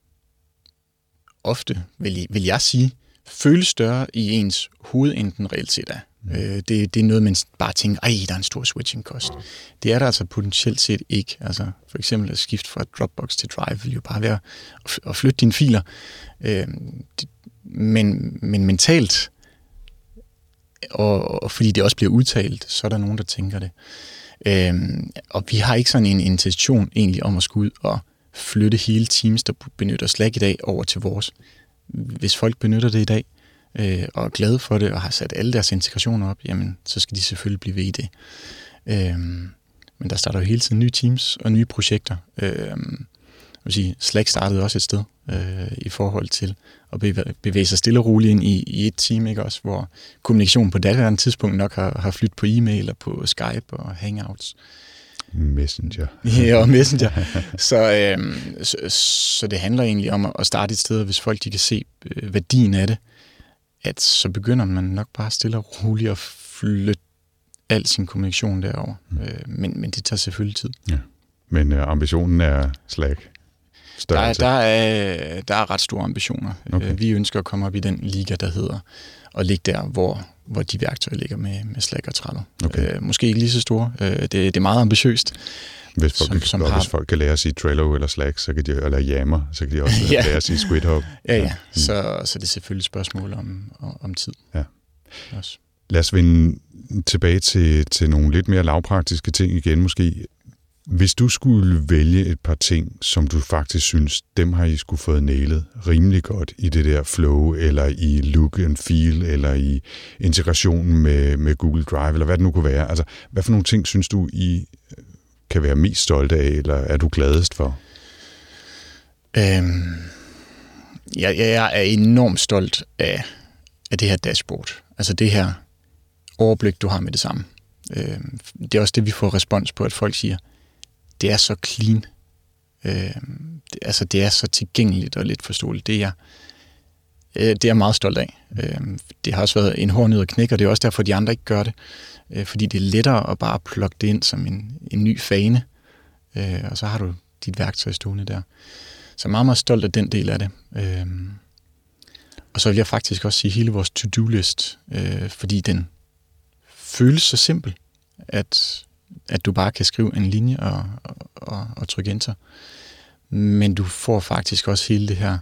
ofte, vil, vil jeg sige, føles større i ens hoved, end den reelt set er. Mm. Øh, det, det er noget, man bare tænker, ej, der er en stor switching cost. Det er der altså potentielt set ikke. Altså, for eksempel at skifte fra Dropbox til Drive vil jo bare være at, at flytte dine filer. Øh, det, men, men mentalt, og, og fordi det også bliver udtalt, så er der nogen, der tænker det. Øh, og vi har ikke sådan en intention egentlig om at skulle ud og flytte hele teams, der benytter Slack i dag, over til vores. Hvis folk benytter det i dag, øh, og er glade for det, og har sat alle deres integrationer op, jamen, så skal de selvfølgelig blive ved i det. Øh, men der starter jo hele tiden nye teams og nye projekter. Øh, jeg vil sige, Slack startede også et sted, øh, i forhold til at bevæge, bevæge sig stille og roligt ind i, i et team, ikke også, hvor kommunikationen på daværende tidspunkt nok har, har flyttet på e-mail og på Skype og Hangouts. Messenger. Ja, og Messenger. Så, øhm, så, så det handler egentlig om at starte et sted, hvis folk de kan se øh, værdien af det, at så begynder man nok bare stille og roligt at flytte al sin kommunikation derover. Mm. Øh, men, men det tager selvfølgelig tid. Ja. Men øh, ambitionen er Slack? Der er, der, er, der er ret store ambitioner. Okay. Vi ønsker at komme op i den liga, der hedder, og ligge der, hvor, hvor de værktøjer ligger med, med Slack og Trello. Okay. Øh, måske ikke lige så store. Øh, det, det er meget ambitiøst. Hvis folk, som, som har... hvis folk kan lære at sige Trello eller Slack, så kan de, eller Yammer, så kan de også ja. lære at sige SquidHub. Ja, ja. Mm. Så, så det er selvfølgelig et spørgsmål om, om tid. Ja. Også. Lad os vende tilbage til, til nogle lidt mere lavpraktiske ting igen måske. Hvis du skulle vælge et par ting, som du faktisk synes, dem har I skulle fået nailet rimelig godt i det der flow, eller i look and feel, eller i integrationen med, med Google Drive, eller hvad det nu kunne være. Altså, hvad for nogle ting synes du, I kan være mest stolte af, eller er du gladest for? Øhm, jeg, jeg er enormt stolt af, af det her dashboard. Altså det her overblik, du har med det samme. Øhm, det er også det, vi får respons på, at folk siger, det er så clean. Øh, det, altså, det er så tilgængeligt og lidt forståeligt. Det er jeg, øh, det er jeg meget stolt af. Øh, det har også været en hård nød at knække, og det er også derfor, de andre ikke gør det. Øh, fordi det er lettere at bare plukke det ind som en, en ny fane, øh, og så har du dit værktøj stående der. Så jeg er meget, meget stolt af den del af det. Øh, og så vil jeg faktisk også sige hele vores to-do-list, øh, fordi den føles så simpel, at at du bare kan skrive en linje og, og, og trykke enter. Men du får faktisk også hele det her,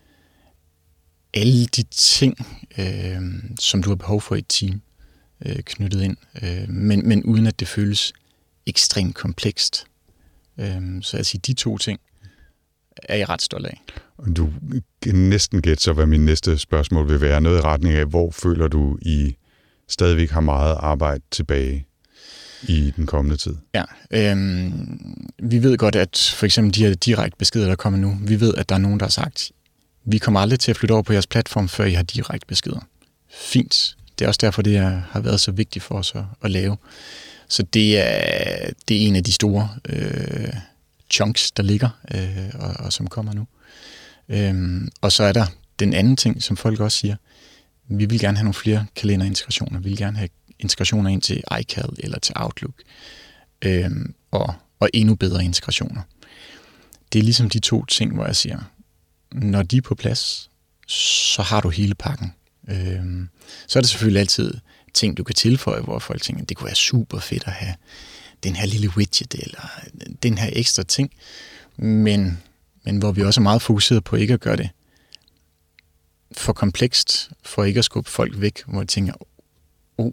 alle de ting, øh, som du har behov for i et team, øh, knyttet ind, øh, men, men uden at det føles ekstremt komplekst. Øh, så jeg siger, de to ting er jeg ret stolt af. Du kan næsten gætte så, hvad min næste spørgsmål vil være. Noget i retning af, hvor føler du, I stadigvæk har meget arbejde tilbage i den kommende tid? Ja, øhm, vi ved godt, at for eksempel de her direkte beskeder, der kommer nu, vi ved, at der er nogen, der har sagt, vi kommer aldrig til at flytte over på jeres platform, før I har direkte beskeder. Fint. Det er også derfor, det er, har været så vigtigt for os at, at lave. Så det er, det er en af de store øh, chunks, der ligger, øh, og, og som kommer nu. Øhm, og så er der den anden ting, som folk også siger, vi vil gerne have nogle flere kalenderintegrationer, vi vil gerne have integrationer ind til iCal eller til Outlook, øhm, og, og endnu bedre integrationer. Det er ligesom de to ting, hvor jeg siger, når de er på plads, så har du hele pakken. Øhm, så er det selvfølgelig altid ting, du kan tilføje, hvor folk tænker, det kunne være super fedt at have den her lille widget, eller den her ekstra ting, men, men hvor vi også er meget fokuseret på ikke at gøre det for komplekst, for ikke at skubbe folk væk, hvor jeg tænker, oh,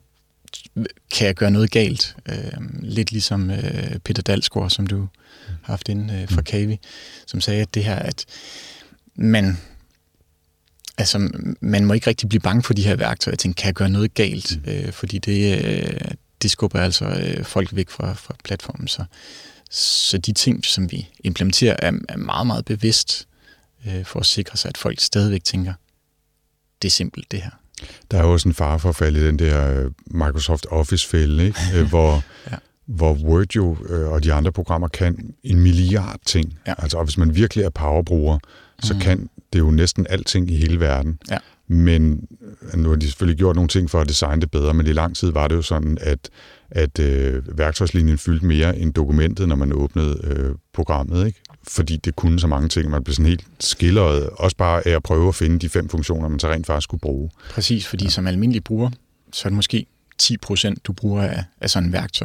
kan jeg gøre noget galt? Øh, lidt ligesom øh, Peter Dalsgaard, som du har haft inde øh, fra Kavi, som sagde, at det her, at man, altså, man må ikke rigtig blive bange for de her værktøjer. Jeg tænker, kan jeg gøre noget galt? Mm. Øh, fordi det, øh, det skubber altså øh, folk væk fra, fra platformen. Så, så de ting, som vi implementerer, er, er meget, meget bevidst øh, for at sikre sig, at folk stadigvæk tænker, det er simpelt det her. Der er jo også en fare for at falde i den der Microsoft Office-fælde, ikke? hvor, ja. hvor Word jo og de andre programmer kan en milliard ting. Ja. Altså, og hvis man virkelig er powerbruger, så mm. kan det jo næsten alting i hele verden. Ja. Men nu har de selvfølgelig gjort nogle ting for at designe det bedre, men i lang tid var det jo sådan, at, at øh, værktøjslinjen fyldte mere end dokumentet, når man åbnede øh, programmet, ikke? Fordi det kunne så mange ting, man blev sådan helt skilleret, også bare af at prøve at finde de fem funktioner, man så rent faktisk skulle bruge. Præcis, fordi ja. som almindelig bruger, så er det måske ti procent, du bruger af, af sådan en værktøj.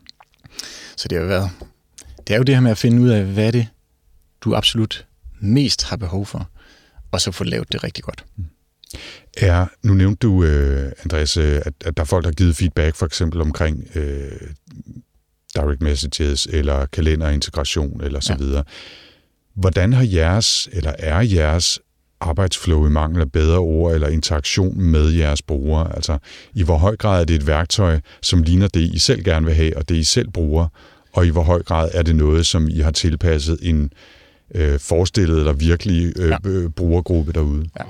Så det har jo været, det er jo det her med at finde ud af, hvad er det, du absolut mest har behov for, og så få lavet det rigtig godt. Er, nu nævnte du, Andreas, at, at der er folk, der har givet feedback, for eksempel omkring øh, direct messages, eller kalenderintegration, eller så ja. videre. Hvordan har jeres, eller er jeres arbejdsflow i mangel af bedre ord, eller interaktion med jeres brugere? Altså, i hvor høj grad er det et værktøj, som ligner det, I selv gerne vil have, og det I selv bruger, og i hvor høj grad er det noget, som I har tilpasset en øh, forestillet eller virkelig øh, ja. brugergruppe derude? Ja.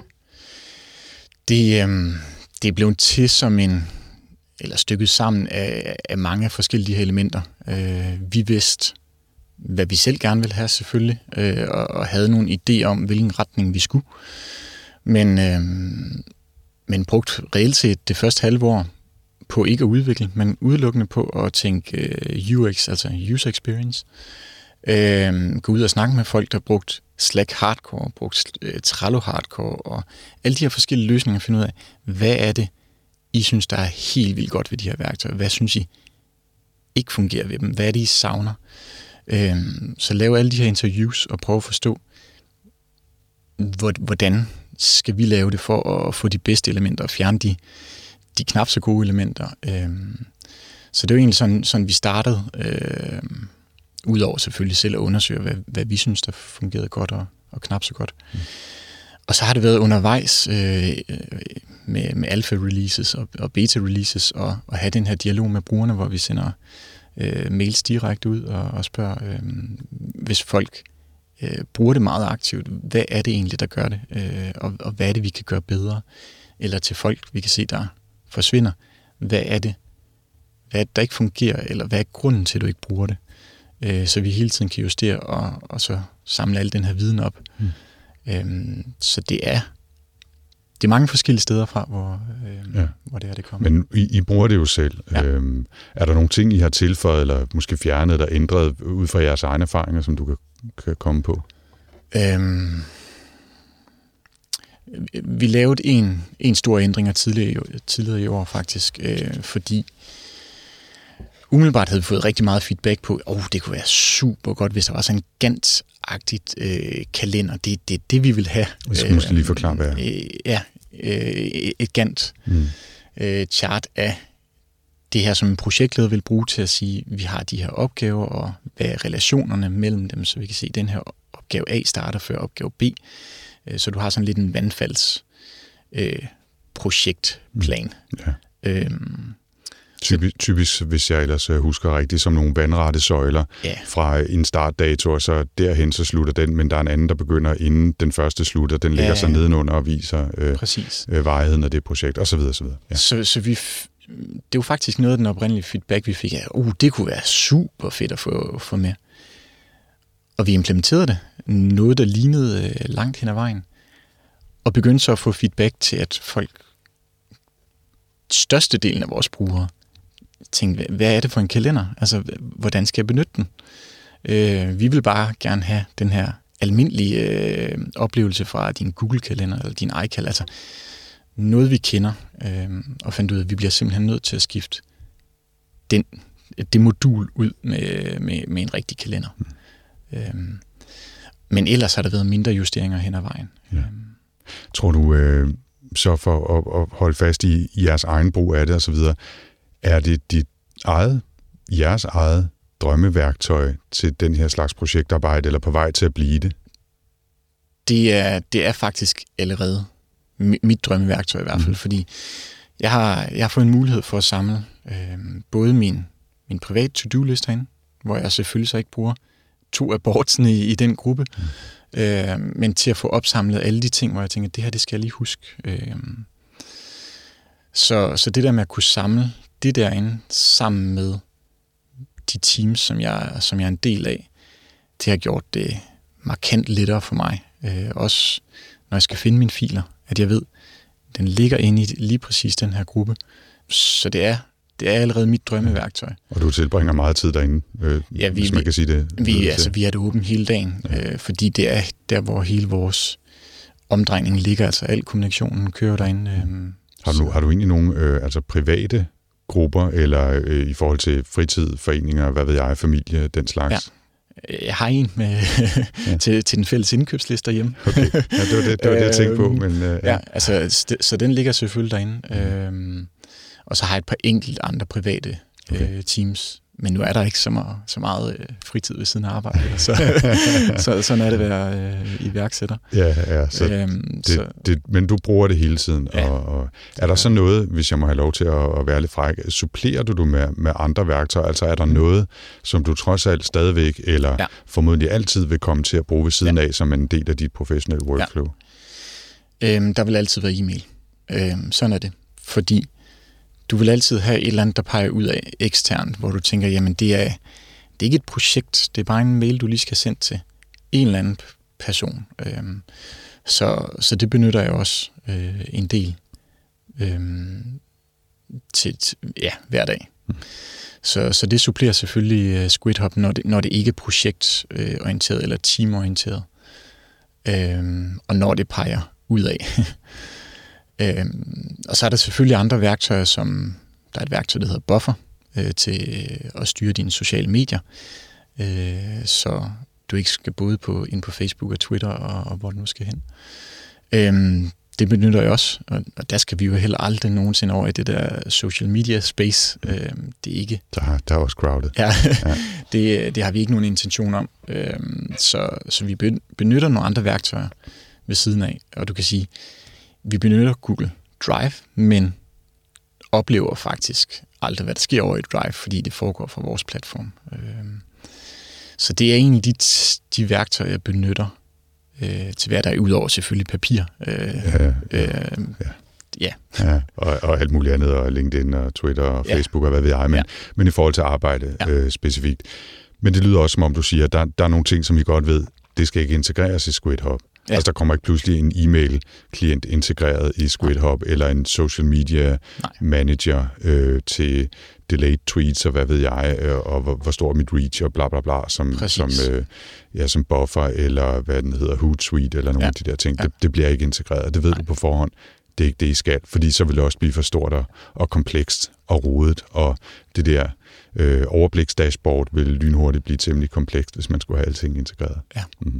Det, øh, det er blevet til som en, eller stykket sammen af, af mange forskellige elementer. Øh, vi vidste, hvad vi selv gerne ville have selvfølgelig, øh, og, og havde nogle idéer om, hvilken retning vi skulle. Men, øh, men brugt reelt set det første halve år på ikke at udvikle, men udelukkende på at tænke øh, U X, altså user experience. Øh, gå ud og snakke med folk, der har brugt Slack hardcore, brugt øh, Trello hardcore, og alle de her forskellige løsninger, finde ud af, hvad er det, I synes, der er helt vildt godt ved de her værktøjer? Hvad synes I ikke fungerer ved dem? Hvad er det, I savner? Øh, så lave alle de her interviews og prøve at forstå, hvordan skal vi lave det for at få de bedste elementer og fjerne de, de knap så gode elementer. Øh, så det er jo egentlig sådan, sådan vi startede, øh, udover selvfølgelig selv at undersøge, hvad, hvad vi synes, der fungerede godt og, og knap så godt. Mm. Og så har det været undervejs øh, med, med alpha-releases og, og beta-releases og, og have den her dialog med brugerne, hvor vi sender øh, mails direkte ud og, og spørger, øh, hvis folk øh, bruger det meget aktivt, hvad er det egentlig, der gør det? Øh, og, og hvad er det, vi kan gøre bedre? Eller til folk, vi kan se, der forsvinder. Hvad er det, hvad er det der ikke fungerer? Eller hvad er grunden til, at du ikke bruger det? Øh, så vi hele tiden kan justere og, og så samle al den her viden op. Mm. Øhm, så det er det er mange forskellige steder fra, hvor, øhm, ja. hvor det er, det kommer. Men I, I bruger det jo selv. Ja. Øhm, er der nogle ting, I har tilføjet, eller måske fjernet, eller ændret ud fra jeres egne erfaringer, som du kan, kan komme på? Øhm, vi lavede en, en stor ændring tidligere, tidligere i år faktisk, øh, fordi umiddelbart havde vi fået rigtig meget feedback på, åh, oh, det kunne være super godt, hvis der var sådan en Gantt-agtigt øh, kalender. Det er det, det, vi vil have. Jeg skal øh, måske lige forklare, hvad øh, Ja, øh, et Gantt-chart mm. øh, af det her, som en projektleder vil bruge til at sige, vi har de her opgaver, og hvad er relationerne mellem dem, så vi kan se, at den her opgave A starter før opgave B. Øh, så du har sådan lidt en vandfalds øh, projektplan. Mm. Ja. Øhm, Typisk, typisk, hvis jeg ellers husker rigtigt, som nogle vandrette søjler ja. fra en startdato, og så derhen så slutter den, men der er en anden, der begynder inden den første slutter. Den ligger ja, ja. så nedenunder og viser øh, øh, varigheden af det projekt, osv. osv. Ja. Så, så vi f- det er jo faktisk noget af den oprindelige feedback, vi fik af, uh, det kunne være super fedt at få, få med. Og vi implementerede det. Noget, der lignede øh, langt hen ad vejen. Og begyndte så at få feedback til, at folk, størstedelen af vores brugere, tænkte, hvad er det for en kalender? Altså, hvordan skal jeg benytte den? Øh, vi vil bare gerne have den her almindelige øh, oplevelse fra din Google-kalender eller din iCal, altså noget vi kender, øh, og fandt ud af, at vi bliver simpelthen nødt til at skifte den, det modul ud med, med, med en rigtig kalender. Mm. Øh, men ellers har der været mindre justeringer hen ad vejen. Ja. Øh. Tror du, øh, så for at, at holde fast i, i jeres egen brug af det og så videre, Er det dit eget, jeres eget drømmeværktøj til den her slags projektarbejde, eller på vej til at blive det? Det er, det er faktisk allerede mit drømmeværktøj i hvert fald, mm. fordi jeg har, jeg har fået en mulighed for at samle øh, både min, min private to-do-list herinde, hvor jeg selvfølgelig så ikke bruger to af boardsene i, i den gruppe, mm. øh, men til at få opsamlet alle de ting, hvor jeg tænker, det her, det skal jeg lige huske. Øh, så, så det der med at kunne samle det derinde sammen med de teams, som jeg, som jeg er en del af, det har gjort det markant lettere for mig. Øh, også når jeg skal finde mine filer, at jeg ved, den ligger inde i lige præcis den her gruppe. Så det er, det er allerede mit drømmeværktøj. Og du tilbringer meget tid derinde, øh, ja, vi, hvis man kan sige det. Vi, altså, vi er det åbent hele dagen, ja. øh, fordi det er der, hvor hele vores omdrejning ligger. Altså al kommunikationen kører derinde. Øh, har, du, har du egentlig nogle øh, altså private grupper, eller øh, i forhold til fritid, foreninger, hvad ved jeg, familie, den slags? Ja. Jeg har en med ja. til, til den fælles indkøbsliste derhjemme. Okay, ja, det var det, det, var det jeg tænkte på. Men, uh, ja. ja, altså, så den ligger selvfølgelig derinde. Mm. Øhm, og så har jeg et par enkelte andre private okay. øh, teams. Men nu er der ikke så meget, så meget øh, fritid ved siden af arbejde. Så, så sådan er det at være øh, iværksætter. Ja, ja. Så øhm, det, så, det, men du bruger det hele tiden. Ja. Og, og er der så noget, hvis jeg må have lov til at, at være lidt fræk, supplerer du du med, med andre værktøjer? Altså er der noget, som du trods alt stadigvæk, eller ja. formodentlig altid vil komme til at bruge ved siden ja. af, som en del af dit professionelle workflow? Ja. Øhm, der vil altid være e-mail. Øhm, sådan er det. Fordi du vil altid have et eller andet, der peger ud af eksternt, hvor du tænker, jamen det er, det er ikke et projekt, det er bare en mail, du lige skal sende til en eller anden person. Øhm, så, så det benytter jeg også øh, en del øhm, til, til ja, hver dag. Mm. Så, så det supplerer selvfølgelig uh, SquidHub, når det, når det ikke er projektorienteret eller teamorienteret, øhm, og når det peger ud af. Øhm, og så er der selvfølgelig andre værktøjer, som der er et værktøj, der hedder Buffer, øh, til at styre dine sociale medier, øh, så du ikke skal både på, ind på Facebook og Twitter og, og hvor du nu skal hen. Øhm, det benytter jeg også, og, og der skal vi jo heller aldrig nogensinde over i det der social media space. Øhm, det er ikke... Der, der er også crowded. Ja, ja. det, det har vi ikke nogen intention om. Øhm, så, så vi benytter nogle andre værktøjer ved siden af, og du kan sige, vi benytter Google Drive, men oplever faktisk aldrig, hvad der sker over i Drive, fordi det foregår fra vores platform. Så det er egentlig de, de værktøjer, jeg benytter til hver dag, udover selvfølgelig papir. Ja, ja, ja. ja. ja og, og alt muligt andet, og LinkedIn og Twitter og Facebook ja. og hvad ved jeg, men, ja. men i forhold til arbejde ja. øh, specifikt. Men det lyder også, som om du siger, at der, der er nogle ting, som I godt ved, det skal ikke integreres i SquidHub. Ja. Altså, der kommer ikke pludselig en e-mail-klient integreret i SquidHub, Nej. eller en social media Nej. manager øh, til delayed tweets, og hvad ved jeg, øh, og hvor, hvor stor mit reach, og bla bla bla, som, som, øh, ja, som Buffer, eller hvad den hedder, Hootsuite, eller nogle ja. af de der ting. Ja. Det, det bliver ikke integreret. Det ved Nej. du på forhånd. Det er ikke det, I skal, fordi så vil det også blive for stort og, og komplekst og rodet, og det der øh, overbliksdashboard vil lynhurtigt blive temmelig komplekst, hvis man skulle have alting integreret. Ja. Mm-hmm.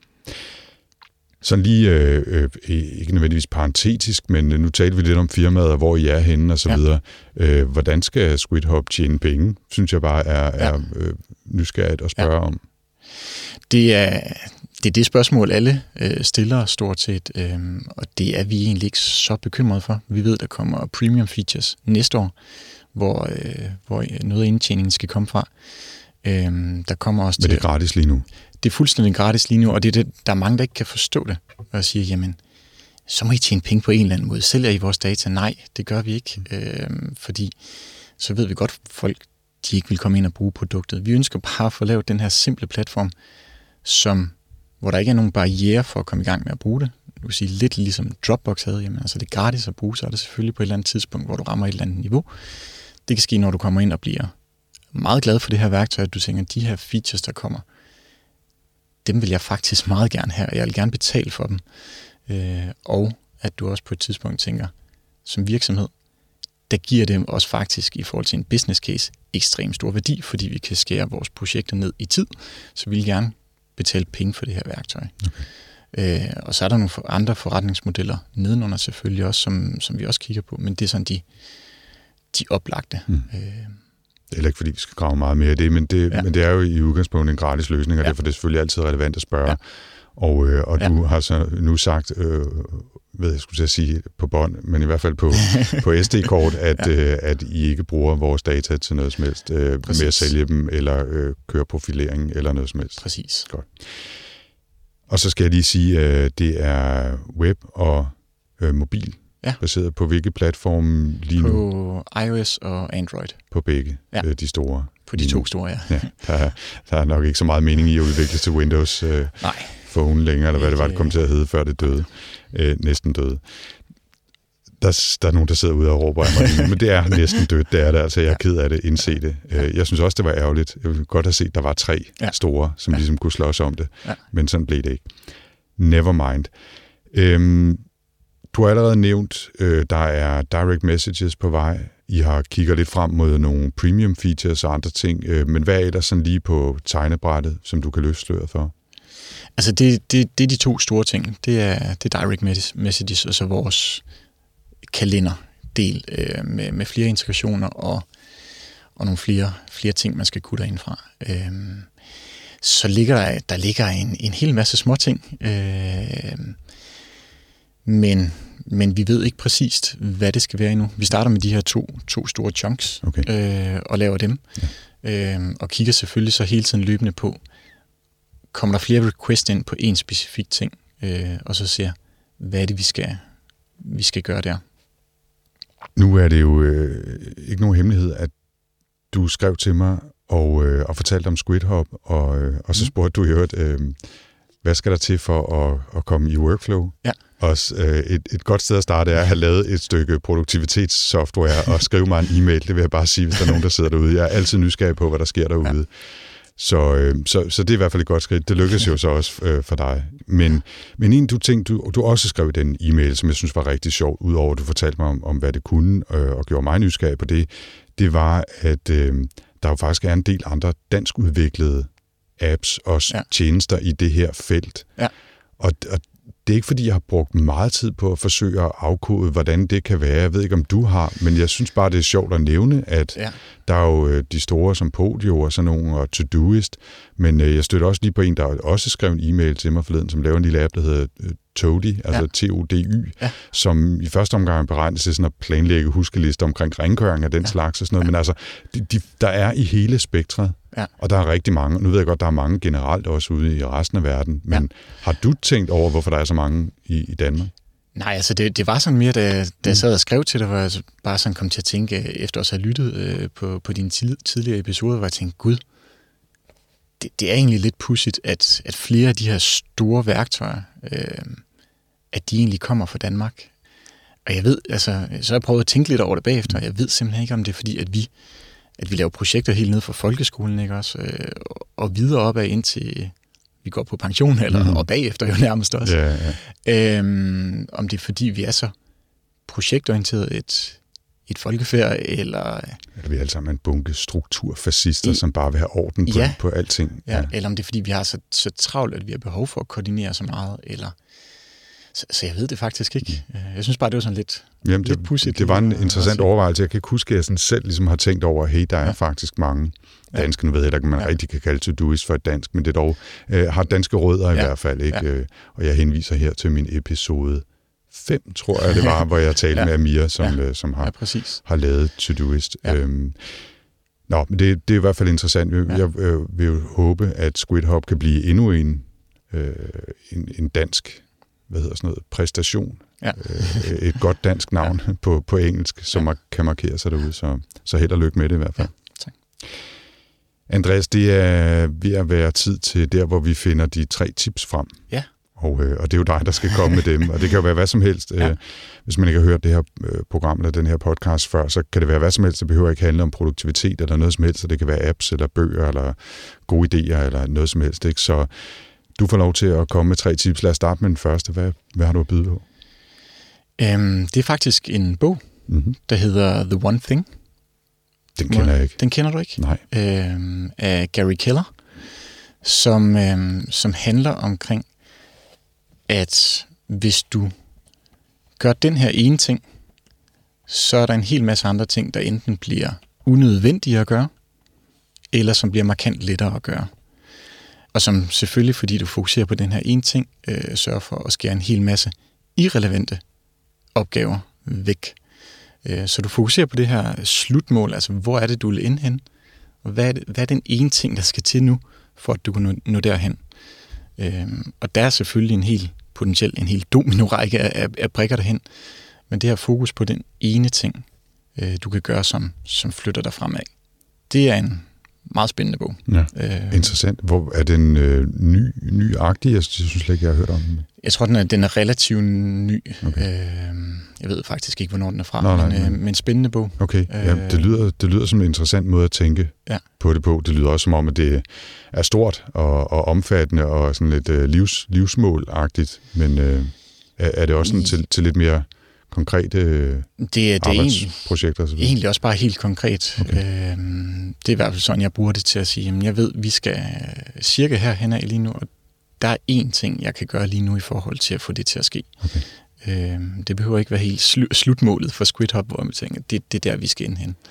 Sådan lige, øh, øh, ikke nødvendigvis parentetisk, men nu talte vi lidt om firmaet, og hvor I er henne og så ja. videre. Øh, hvordan skal SquidHub tjene penge? Synes jeg bare er, ja. er øh, nysgerrigt at spørge ja. om. Det er, det er det spørgsmål, alle øh, stiller stort set, øh, og det er vi egentlig ikke så bekymrede for. Vi ved, der kommer premium features næste år, hvor, øh, hvor noget af indtjeningen skal komme fra. Øh, der kommer også Men det er gratis lige nu? Det er fuldstændig gratis lige nu, og det er det, der er mange, der ikke kan forstå det, og siger, jamen, så må I tjene penge på en eller anden måde. Sælger I vores data? Nej, det gør vi ikke, mm. øh, fordi så ved vi godt, at folk de ikke vil komme ind og bruge produktet. Vi ønsker bare at få lavet den her simple platform, som, hvor der ikke er nogen barriere for at komme i gang med at bruge det. Du kan sige lidt ligesom Dropbox havde, jamen, altså det er gratis at bruge, så er det selvfølgelig på et eller andet tidspunkt, hvor du rammer et eller andet niveau. Det kan ske, når du kommer ind og bliver meget glad for det her værktøj, at du tænker, de her features, der kommer, dem vil jeg faktisk meget gerne have, og jeg vil gerne betale for dem. Øh, og at du også på et tidspunkt tænker, som virksomhed, der giver dem også faktisk i forhold til en business case ekstremt stor værdi, fordi vi kan skære vores projekter ned i tid, så vi vil gerne betale penge for det her værktøj. Okay. Øh, og så er der nogle andre forretningsmodeller nedenunder selvfølgelig også, som, som vi også kigger på, men det er sådan de, de oplagte. Mm. Øh, Det er heller ikke, fordi vi skal grave meget mere i det, men det, ja. men det er jo i udgangspunktet en gratis løsning, og ja. derfor er det selvfølgelig altid relevant at spørge. Ja. Og, øh, og ja. du har så nu sagt, øh, ved jeg skulle sige på bånd, men i hvert fald på, på S D-kort, at, ja. øh, at I ikke bruger vores data til noget som helst, øh, med at sælge dem, eller øh, køre profilering, eller noget som helst. Præcis. Godt. Og så skal jeg lige sige, at øh, det er web og øh, mobil, ja. baseret på hvilke platforme lige på nu? På iOS og Android. På begge, ja. øh, de store. På de to store, ja. ja der, er, der er nok ikke så meget mening i at udvikle til Windows øh, Nej. Phone længere, eller hvad det var, det kom til at hedde, før det døde. Øh, næsten døde. Der, der er nogen, der sidder ude og råber af mig, men det er næsten dødt, det er det. Altså, jeg er ked af det, indse det. Øh, jeg synes også, det var ærgerligt. Jeg ville godt have set, at der var tre ja. store, som ja. ligesom kunne slås om det. Ja. Men sådan blev det ikke. Never mind. Øhm, du har allerede nævnt, øh, der er direct messages på vej. I har kigget lidt frem mod nogle premium features og andre ting. Øh, men hvad er der sådan lige på tegnebrættet, som du kan løfte sløret for? Altså, det, det, det er de to store ting. Det er, det er direct messages, og så vores kalenderdel øh, med, med flere integrationer og, og nogle flere, flere ting, man skal kunne derindfra. Øh, så ligger der, der ligger en, en hel masse små ting. Øh, men, men vi ved ikke præcist, hvad det skal være endnu. Vi starter med de her to, to store chunks okay. øh, og laver dem. Ja. Øh, og kigger selvfølgelig så hele tiden løbende på, kommer der flere requests ind på en specifik ting, øh, og så ser, hvad er det, vi skal, vi skal gøre der. Nu er det jo øh, ikke nogen hemmelighed, at du skrev til mig og, øh, og fortalte om SquidHub, og, øh, og så spurgte du i øvrigt, øh, hvad skal der til for at, at komme i workflow? Ja. Også, øh, et, et godt sted at starte er at have lavet et stykke produktivitetssoftware og skrive mig en e-mail. Det vil jeg bare sige, hvis der er nogen, der sidder derude. Jeg er altid nysgerrig på, hvad der sker derude. Ja. Så, øh, så, så det er i hvert fald et godt skridt. Det lykkedes jo så også øh, for dig. Men, men en du ting, du, du også skrev i den e-mail, som jeg synes var rigtig sjovt, udover at du fortalte mig om, om hvad det kunne, øh, og gjorde mig nysgerrig på det, det var, at øh, der jo faktisk er en del andre dansk udviklede apps og ja. tjenester i det her felt. Ja. Og, og det er ikke, fordi jeg har brugt meget tid på at forsøge at afkode, hvordan det kan være. Jeg ved ikke, om du har, men jeg synes bare, det er sjovt at nævne, at ja. der er jo de store som Podio og sådan nogle, og Todoist, men jeg støtter også lige på en, der også skrev en e-mail til mig forleden, som laver en lille app, der hedder Tody, altså ja. T O D Y, ja. som i første omgang beregnes til sådan at planlægge huskelister omkring rengøring af den ja. slags og sådan noget, ja. men altså, de, de, der er i hele spektret, ja. og der er rigtig mange. Nu ved jeg godt, der er mange generelt også ude i resten af verden, men ja. har du tænkt over, hvorfor der er så mange i, i Danmark? Nej, altså det, det var sådan mere, da, da jeg sad og skrev til dig, hvor jeg bare sådan kom til at tænke, efter også at have lyttet øh, på, på dine tidligere episoder, hvor jeg tænkte, gud, det, det er egentlig lidt pudsigt, at, at flere af de her store værktøjer, øh, at de egentlig kommer fra Danmark. Og jeg ved, altså, så har jeg prøvet at tænke lidt over det bagefter, og jeg ved simpelthen ikke, om det er fordi, at vi, at vi laver projekter helt ned fra folkeskolen, ikke også, øh, og videre opad indtil vi går på pension, eller mm. og bagefter jo nærmest også. Yeah, yeah. Øhm, om det er fordi, vi er så projektorienteret et, et folkefærd, eller... Eller vi er alle sammen en bunke strukturfascister, i, som bare vil have orden på, ja, på alting. Ja, ja, eller om det er fordi, vi har så, så travlt, at vi har behov for at koordinere så meget, eller... Så, så jeg ved det faktisk ikke. Jeg synes bare, det var sådan lidt, Jamen, lidt det, pudsigt. Det var en interessant overvejelse. Jeg kan ikke huske, at jeg sådan selv ligesom har tænkt over, hey, der er ja. faktisk mange danske, nu ved jeg ikke, man ja. rigtig kan kalde Todoist for et dansk, men det dog øh, har danske rødder ja. i hvert fald. Ikke? Ja. Og jeg henviser her til min episode fem, tror jeg det var, hvor jeg talte ja. med Amir, som, ja. øh, som har, ja, har lavet Todoist. Ja. Øhm, nå, men det, det er i hvert fald interessant. Jeg, ja. jeg øh, vil jo håbe, at SquidHub kan blive endnu en, øh, en, en dansk hvad hedder sådan noget, præstation. Ja. øh, et godt dansk navn ja. på, på engelsk, som ja. kan markere sig derude. Så, så held og lykke med det i hvert fald. Ja, tak. Andreas, det er ved at være tid til der, hvor vi finder de tre tips frem. Ja. Og, øh, og det er jo dig, der skal komme med dem. Og det kan jo være hvad som helst. Ja. Øh, hvis man ikke har hørt det her øh, program eller den her podcast før, så kan det være hvad som helst. Det behøver ikke handle om produktivitet eller noget som helst. Så det kan være apps eller bøger eller gode idéer eller noget som helst. Ikke? Så du får lov til at komme med tre tips. Lad os starte med den første. Hvad, hvad har du at byde på? Um, det er faktisk en bog, mm-hmm. der hedder The One Thing. Den kender jeg ikke. Den kender du ikke? Nej. Um, af Gary Keller, som, um, som handler omkring, at hvis du gør den her ene ting, så er der en hel masse andre ting, der enten bliver unødvendige at gøre, eller som bliver markant lettere at gøre. Og som selvfølgelig, fordi du fokuserer på den her ene ting, øh, sørger for at skære en hel masse irrelevante opgaver væk. Øh, så du fokuserer på det her slutmål, altså hvor er det, du vil ende hen, og hvad er, det, hvad er den ene ting, der skal til nu, for at du kan nå, nå derhen. Øh, og der er selvfølgelig en helt potentielt en helt domino-række af, af, af brikker derhen, men det her fokus på den ene ting, øh, du kan gøre, som, som flytter dig fremad, det er en meget spændende bog. Ja, øh, interessant. Hvor er den øh, ny, nyagtig? Jeg synes slet ikke, jeg har hørt om den. Jeg tror, den er, den er relativt ny. Okay. Øh, jeg ved faktisk ikke, hvornår den er fra, Nå, nej, men, øh, men en spændende bog. Okay, ja, det, lyder, det lyder som en interessant måde at tænke ja. på det på. Det lyder også som om, at det er stort og, og omfattende og sådan lidt øh, livs, livsmålagtigt, men øh, er, er det også sådan til, til lidt mere konkrete øh, det, det arbejdsprojekter? Det er egentlig også bare helt konkret. Okay. Øhm, det er i hvert fald sådan, jeg bruger det til at sige, jamen jeg ved, vi skal cirka herhen af lige nu, og der er én ting, jeg kan gøre lige nu i forhold til at få det til at ske. Okay. Øhm, det behøver ikke være helt slu- slutmålet for SquidHub, hvor man tænker, det, det er der, vi skal ind hen.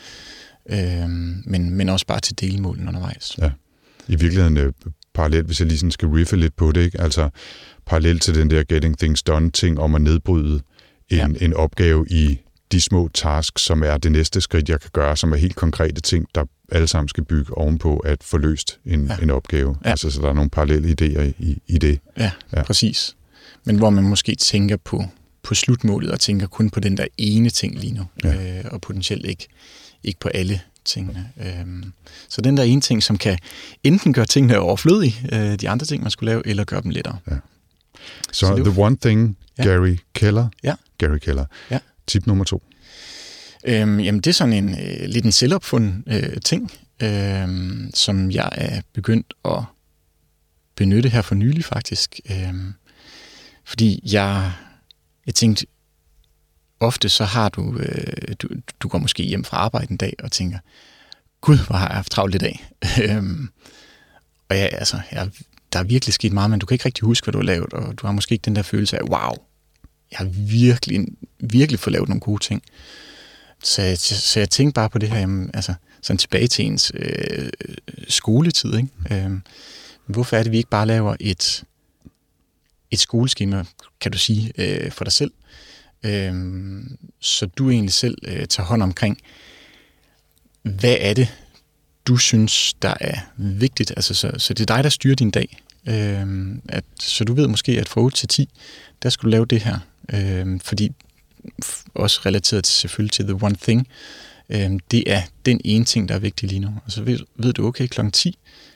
Øhm, men, men også bare til delmålen undervejs. Ja. I virkeligheden øh, parallelt, hvis jeg lige sådan skal riffe lidt på det, ikke? Altså parallelt til den der getting things done ting om at nedbryde en, ja. en opgave i de små tasks, som er det næste skridt, jeg kan gøre, som er helt konkrete ting, der alle sammen skal bygge ovenpå at få løst en, ja. en opgave. Ja. Altså, så der er nogle parallelle idéer i, i det. Ja, ja, præcis. Men hvor man måske tænker på, på slutmålet, og tænker kun på den der ene ting lige nu, ja. øh, og potentielt ikke, ikke på alle tingene. Øhm, så den der ene ting, som kan enten gøre tingene overflødige, øh, de andre ting, man skulle lave, eller gøre dem lettere. Ja. Så, så The One Thing, ja. Gary Keller. Ja. Gary Keller. Ja. Tip nummer to. Øhm, jamen, det er sådan en øh, lidt en selvopfundet øh, ting, øh, som jeg er begyndt at benytte her for nylig faktisk. Øh, fordi jeg, jeg tænkte, ofte så har du, øh, du, du går måske hjem fra arbejde en dag og tænker, gud, hvor har jeg haft travlt i dag. øh, og ja, altså, jeg, der er virkelig sket meget, men du kan ikke rigtig huske, hvad du har lavet, og du har måske ikke den der følelse af, wow, jeg har virkelig, virkelig fået lavet nogle gode ting. Så jeg, så jeg tænkte bare på det her, jamen, altså, sådan tilbage til ens øh, skoletid, ikke? Øh, hvorfor er det, vi ikke bare laver et, et skoleskema, kan du sige, øh, for dig selv, øh, så du egentlig selv øh, tager hånd omkring, hvad er det, du synes, der er vigtigt, altså, så, så det er dig, der styrer din dag. Øh, at, så du ved måske, at fra otte til ti, der skal du lave det her, øh, fordi også relateret til, selvfølgelig til The One Thing, øh, det er den ene ting, der er vigtig lige nu. Og så ved, ved du, okay, klokken ti,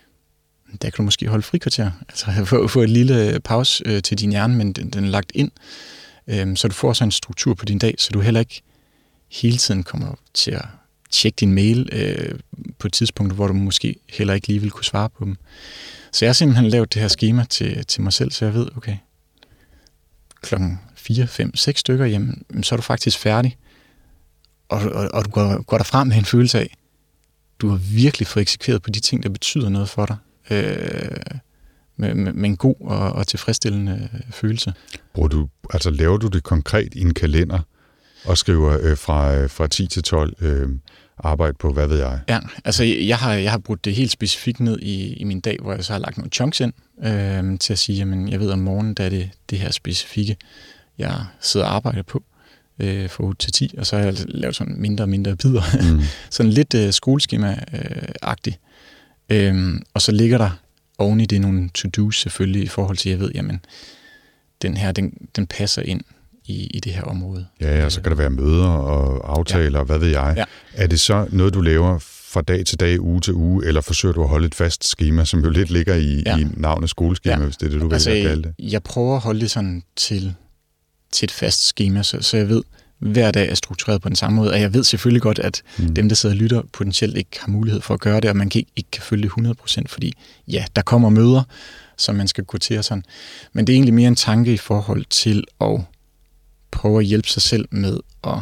der kan du måske holde frikvarter, altså få, få et lille pause øh, til din hjerne, men den, den er lagt ind, øh, så du får så en struktur på din dag, så du heller ikke hele tiden kommer til at tjekke din mail øh, på et tidspunkt, hvor du måske heller ikke lige vil kunne svare på dem. Så jeg har simpelthen lavet det her schema til, til mig selv, så jeg ved, okay, klokken fire, fem, seks stykker, jamen, så er du faktisk færdig. Og, og, og du går, går derfrem med en følelse af, du har virkelig fået eksekveret på de ting, der betyder noget for dig. Øh, med, med, med en god og, og tilfredsstillende følelse. Bruger du, altså laver du det konkret i en kalender, og skriver øh, fra, fra ti til tolv øh, arbejde på, hvad ved jeg? Ja, altså jeg har, jeg har brugt det helt specifikt ned i, i min dag, hvor jeg så har lagt nogle chunks ind, øh, til at sige, jamen jeg ved om morgenen, der er det det her specifikke, jeg sidder og arbejder på øh, fra otte til ti, og så har jeg lavet sådan mindre og mindre bidder. Mm. sådan lidt øh, skoleskema-agtigt. Øh, og så ligger der oven i det nogle to-do's selvfølgelig i forhold til, jeg ved, jamen den her, den, den passer ind i, i det her område. Ja, ja, så kan der være møder og aftaler, ja. Hvad ved jeg. Ja. Er det så noget, du laver fra dag til dag, uge til uge, eller forsøger du at holde et fast schema, som jo lidt ligger i, ja. i navnet skoleskema, ja. Hvis det er det, du altså, vælger at kalde det? Jeg prøver at holde det sådan til, til et fast schema, så, så jeg ved, hver dag er struktureret på den samme måde, og jeg ved selvfølgelig godt, at mm. dem, der sidder og lytter, potentielt ikke har mulighed for at gøre det, og man kan ikke, ikke kan følge det hundrede procent, fordi ja, der kommer møder, som man skal gå til og sådan. Men det er egentlig mere en tanke i forhold til at prøve at hjælpe sig selv med at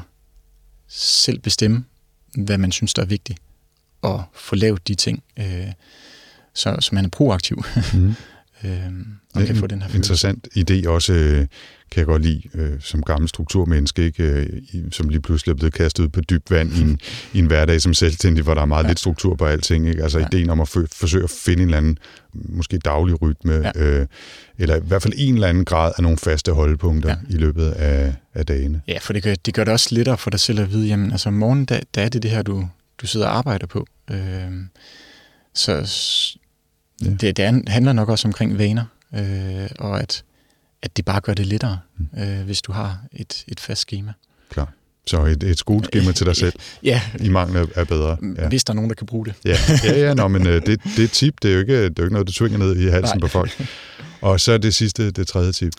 selv bestemme, hvad man synes, der er vigtigt, og få lavet de ting, øh, så, så man er proaktiv. Mm. øh, og kan få den her følelse. Interessant idé også, øh, kan jeg godt lide, øh, som gammel strukturmenneske, ikke? Øh, som lige pludselig er blevet kastet ud på dybt vand i en, i en hverdag som selvstændig, hvor der er meget ja. lidt struktur på alting. Ikke? Altså ja. ideen om at f- forsøge at finde en eller anden, måske daglig rytme, ja. øh, eller i hvert fald en eller anden grad af nogle faste holdepunkter ja. i løbet af, af dagene. Ja, for det gør, det gør det også lettere for dig selv at vide, jamen altså om morgenen, der, der er det det her, du, du sidder og arbejder på. Øh, så ja. det, det handler nok også omkring vaner, øh, og at at det bare gør det lettere, mm. øh, hvis du har et, et fast schema. Klar. Så et, et skoleskema til dig selv, ja. i mangel er bedre. Ja. Hvis der er nogen, der kan bruge det. ja, ja, ja nå, men det, det er et tip, det er jo ikke, det er jo ikke noget, du tvinger ned i halsen Nej. på folk. Og så det sidste, det tredje tip.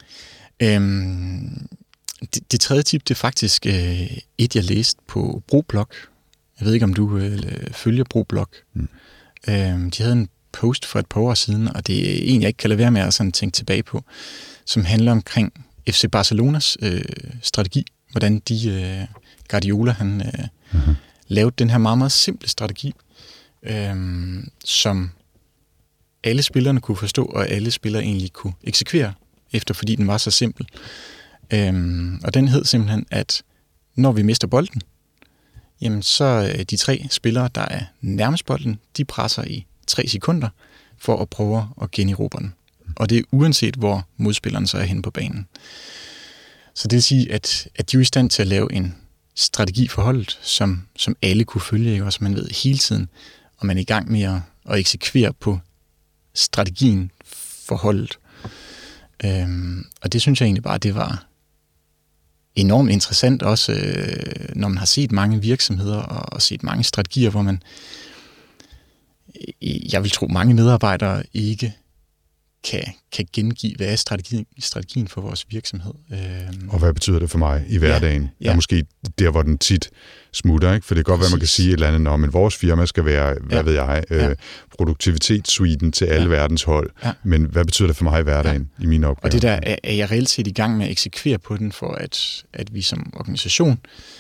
Øhm, det, det tredje tip, det er faktisk øh, et, jeg læste på BroBlog. Jeg ved ikke, om du øh, følger BroBlog. Mm. Øhm, de havde en post for et par år siden, og det er en, jeg ikke kan lade være med at sådan tænke tilbage på, som handler omkring F C Barcelonas øh, strategi, hvordan de, øh, Guardiola, han øh, uh-huh. lavede den her meget, meget simple strategi, øh, som alle spillerne kunne forstå, og alle spillere egentlig kunne eksekvere efter, fordi den var så simpel. Øh, og den hed simpelthen, at når vi mister bolden, jamen så øh, de tre spillere, der er nærmest bolden, de presser i tre sekunder for at prøve at generobre den. Og det er uanset, hvor modspilleren så er henne på banen. Så det vil sige, at, at de er i stand til at lave en strategi for holdet, som, som alle kunne følge, ikke? Også man ved hele tiden, og man er i gang med at, at eksekvere på strategien for holdet. Øhm, og det synes jeg egentlig bare, det var enormt interessant, også øh, når man har set mange virksomheder og, og set mange strategier, hvor man, jeg vil tro, mange medarbejdere ikke Kan, kan gengive, hvad er strategien, strategien for vores virksomhed. Øhm. Og hvad betyder det for mig i hverdagen? Ja, ja. Er måske der, hvor den tit smutter, ikke? For det kan godt være, man kan sige et eller andet, men vores firma skal være, hvad ja. ved jeg, øh, ja. produktivitetssuiten til alle ja. verdens hold. Ja. Men hvad betyder det for mig i hverdagen, ja. i mine opgaver? Og det der er, er jeg reelt set i gang med at eksekvere på den, for at, at vi som organisation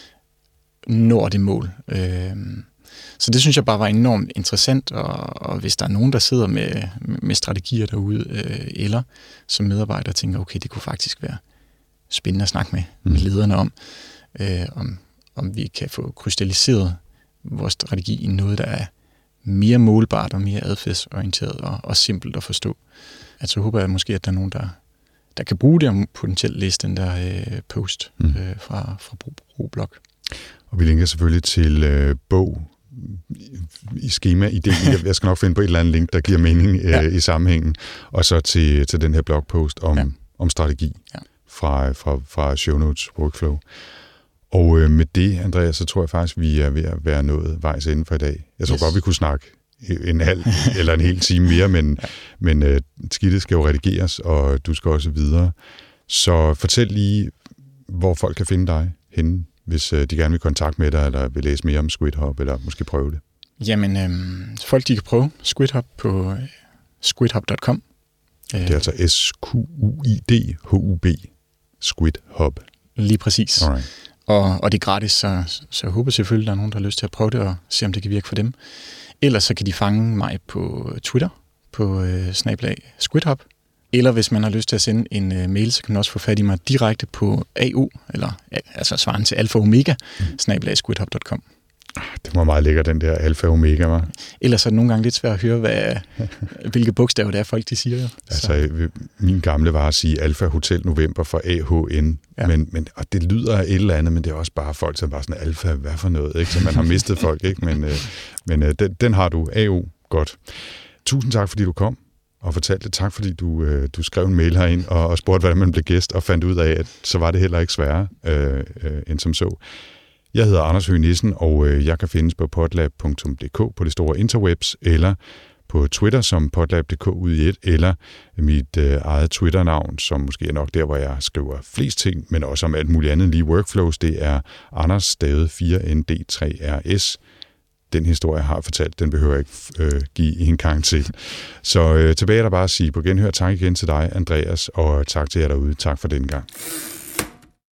når det mål. Øhm. Så det synes jeg bare var enormt interessant, og, og hvis der er nogen, der sidder med, med strategier derude, øh, eller som medarbejder tænker, okay, det kunne faktisk være spændende at snakke med, mm. med lederne om, øh, om, om vi kan få krystalliseret vores strategi i noget, der er mere målbart og mere adfærdsorienteret og, og simpelt at forstå. Altså håber jeg måske, at der er nogen, der, der kan bruge det og potentielt læse den der øh, post mm. øh, fra, fra BroBlog. Og vi linker selvfølgelig til øh, bog i skema-ideen. Jeg skal nok finde på et eller andet link, der giver mening øh, ja. i sammenhængen. Og så til, til den her blogpost om, ja. om strategi ja. fra, fra, fra Show Notes Workflow. Og øh, med det, Andreas, så tror jeg faktisk, vi er ved at være nået vejs inden for i dag. Jeg tror yes. godt, vi kunne snakke en halv eller en hel time mere, men, ja. men øh, skidtet skal jo redigeres, og du skal også videre. Så fortæl lige, hvor folk kan finde dig henne, hvis de gerne vil kontakte med dig, eller vil læse mere om SquidHub, eller måske prøve det? Jamen, øhm, folk de kan prøve SquidHub på squidhub punktum com. Det er altså S Q U I D H U B, SquidHub. Lige præcis. Og, og det er gratis, så, så jeg håber selvfølgelig, der er nogen, der har lyst til at prøve det, og se, om det kan virke for dem. Ellers så kan de fange mig på Twitter, på øh, snabel-a SquidHub. Eller hvis man har lyst til at sende en uh, mail, så kan man også få fat i mig direkte på A O, eller altså svaren til alfa omega, mm. snabel-a squidhub punktum com. Det var meget lækkert, den der alfa omega, var. Ellers er det nogle gange lidt svært at høre, hvad, hvilke bogstaver det er, folk de siger. Altså, min gamle var at sige Alfa Hotel November for A H N, ja. men, men, og det lyder et eller andet, men det er også bare folk, som bare sådan, alfa, hvad for noget, ikke? Så man har mistet folk, ikke? Men, øh, men øh, den, den har du, A O, godt. Tusind tak, fordi du kom og fortalte. Tak, fordi du, øh, du skrev en mail herind og, og spurgte, hvordan man blev gæst, og fandt ud af, at så var det heller ikke sværere øh, øh, end som så. Jeg hedder Anders Høgh Nissen, og øh, jeg kan findes på podlab punktum d k på det store interwebs, eller på Twitter som podlab punktum d k ud i et, eller mit øh, eget Twitter-navn, som måske er nok der, hvor jeg skriver flest ting, men også om alt muligt andet lige workflows. Det er Anders stavet fire N D tre R S. Den historie, jeg har fortalt, den behøver jeg ikke øh, give en gang til. Så øh, tilbage er der bare at sige på genhør. Tak igen til dig, Andreas, og tak til jer derude. Tak for den gang.